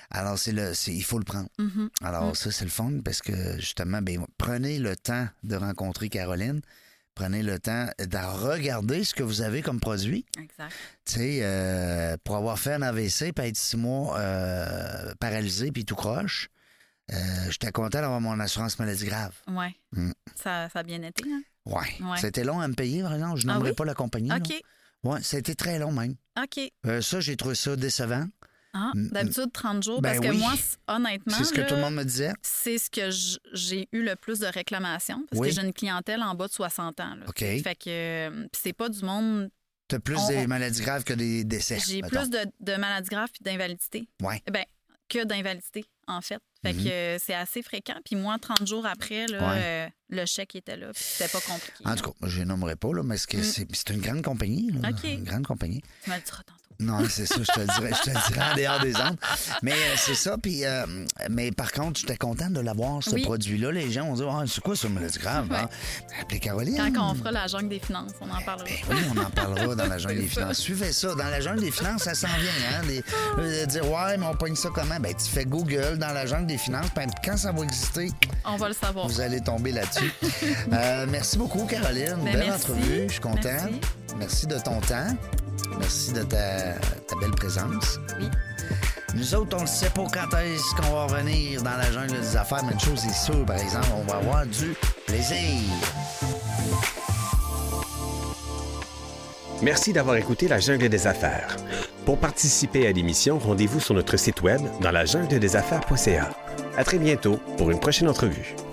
Alors, c'est le, c'est, il faut le prendre. Mm-hmm. Alors, mm. ça, c'est le fun parce que, justement, ben, prenez le temps de rencontrer Caroline. Prenez le temps de regarder ce que vous avez comme produit. Exact. Tu sais, euh, pour avoir fait un A V C, puis être six mois euh, paralysé, puis tout croche, euh, j'étais content d'avoir mon assurance maladie grave. Oui. Mm. Ça, ça a bien été, hein? Oui. Ouais. C'était long à me payer, par exemple. Je n'aimerais ah oui? pas la compagnie. OK. Oui, ça a été très long, même. OK. Euh, ça, j'ai trouvé ça décevant. Ah, d'habitude, trente jours, Ben parce que oui. moi, honnêtement, C'est ce que là, tout le monde me disait. c'est ce que j- j'ai eu le plus de réclamations, parce Oui. que j'ai une clientèle en bas de soixante ans. Là. OK. Fait que euh, pis c'est pas du monde... Tu as plus On- des on- maladies graves que des décès. J'ai mettons. plus de, de maladies graves puis d'invalidité. Ouais. Ben, que d'invalidité, en fait. Fait Mhm. que euh, c'est assez fréquent. Puis moi, trente jours après, là, Ouais. euh, le chèque était là, puis c'était pas compliqué. En tout cas, je ne les nommerai pas, là, mais c'est, que Mm. c'est, c'est une grande compagnie. Là, OK. Une grande compagnie. Tu m'as dit ça tantôt. Non, c'est ça, je te le dirais, je te le dirais en dehors des ondes. Mais euh, c'est ça, puis euh, mais par contre, j'étais content de l'avoir, ce Oui. produit-là. Les gens ont dit, ah, c'est quoi ça, maladie grave? Ouais. Hein? Appelez Caroline. Quand on fera la jungle des finances, on en parlera. Ben oui, on en parlera dans la jungle des C'est ça. finances. Suivez ça. Dans la jungle des finances, ça s'en vient. Hein? Des, euh, dire, ouais, mais on pogne ça comment? Ben, tu fais Google dans la jungle des finances. Ben, quand ça va exister, On va le savoir. vous allez tomber là-dessus. euh, merci beaucoup, Caroline. Ben, Belle merci. entrevue. Je suis content. Merci. Merci de ton temps. Merci de ta, ta belle présence. Oui. Nous autres, on ne sait pas quand est-ce qu'on va revenir dans la jungle des affaires, mais une chose est sûre, par exemple, on va avoir du plaisir. Merci d'avoir écouté La Jungle des Affaires. Pour participer à l'émission, rendez-vous sur notre site web dans la jungle des affaires point c a. À très bientôt pour une prochaine entrevue.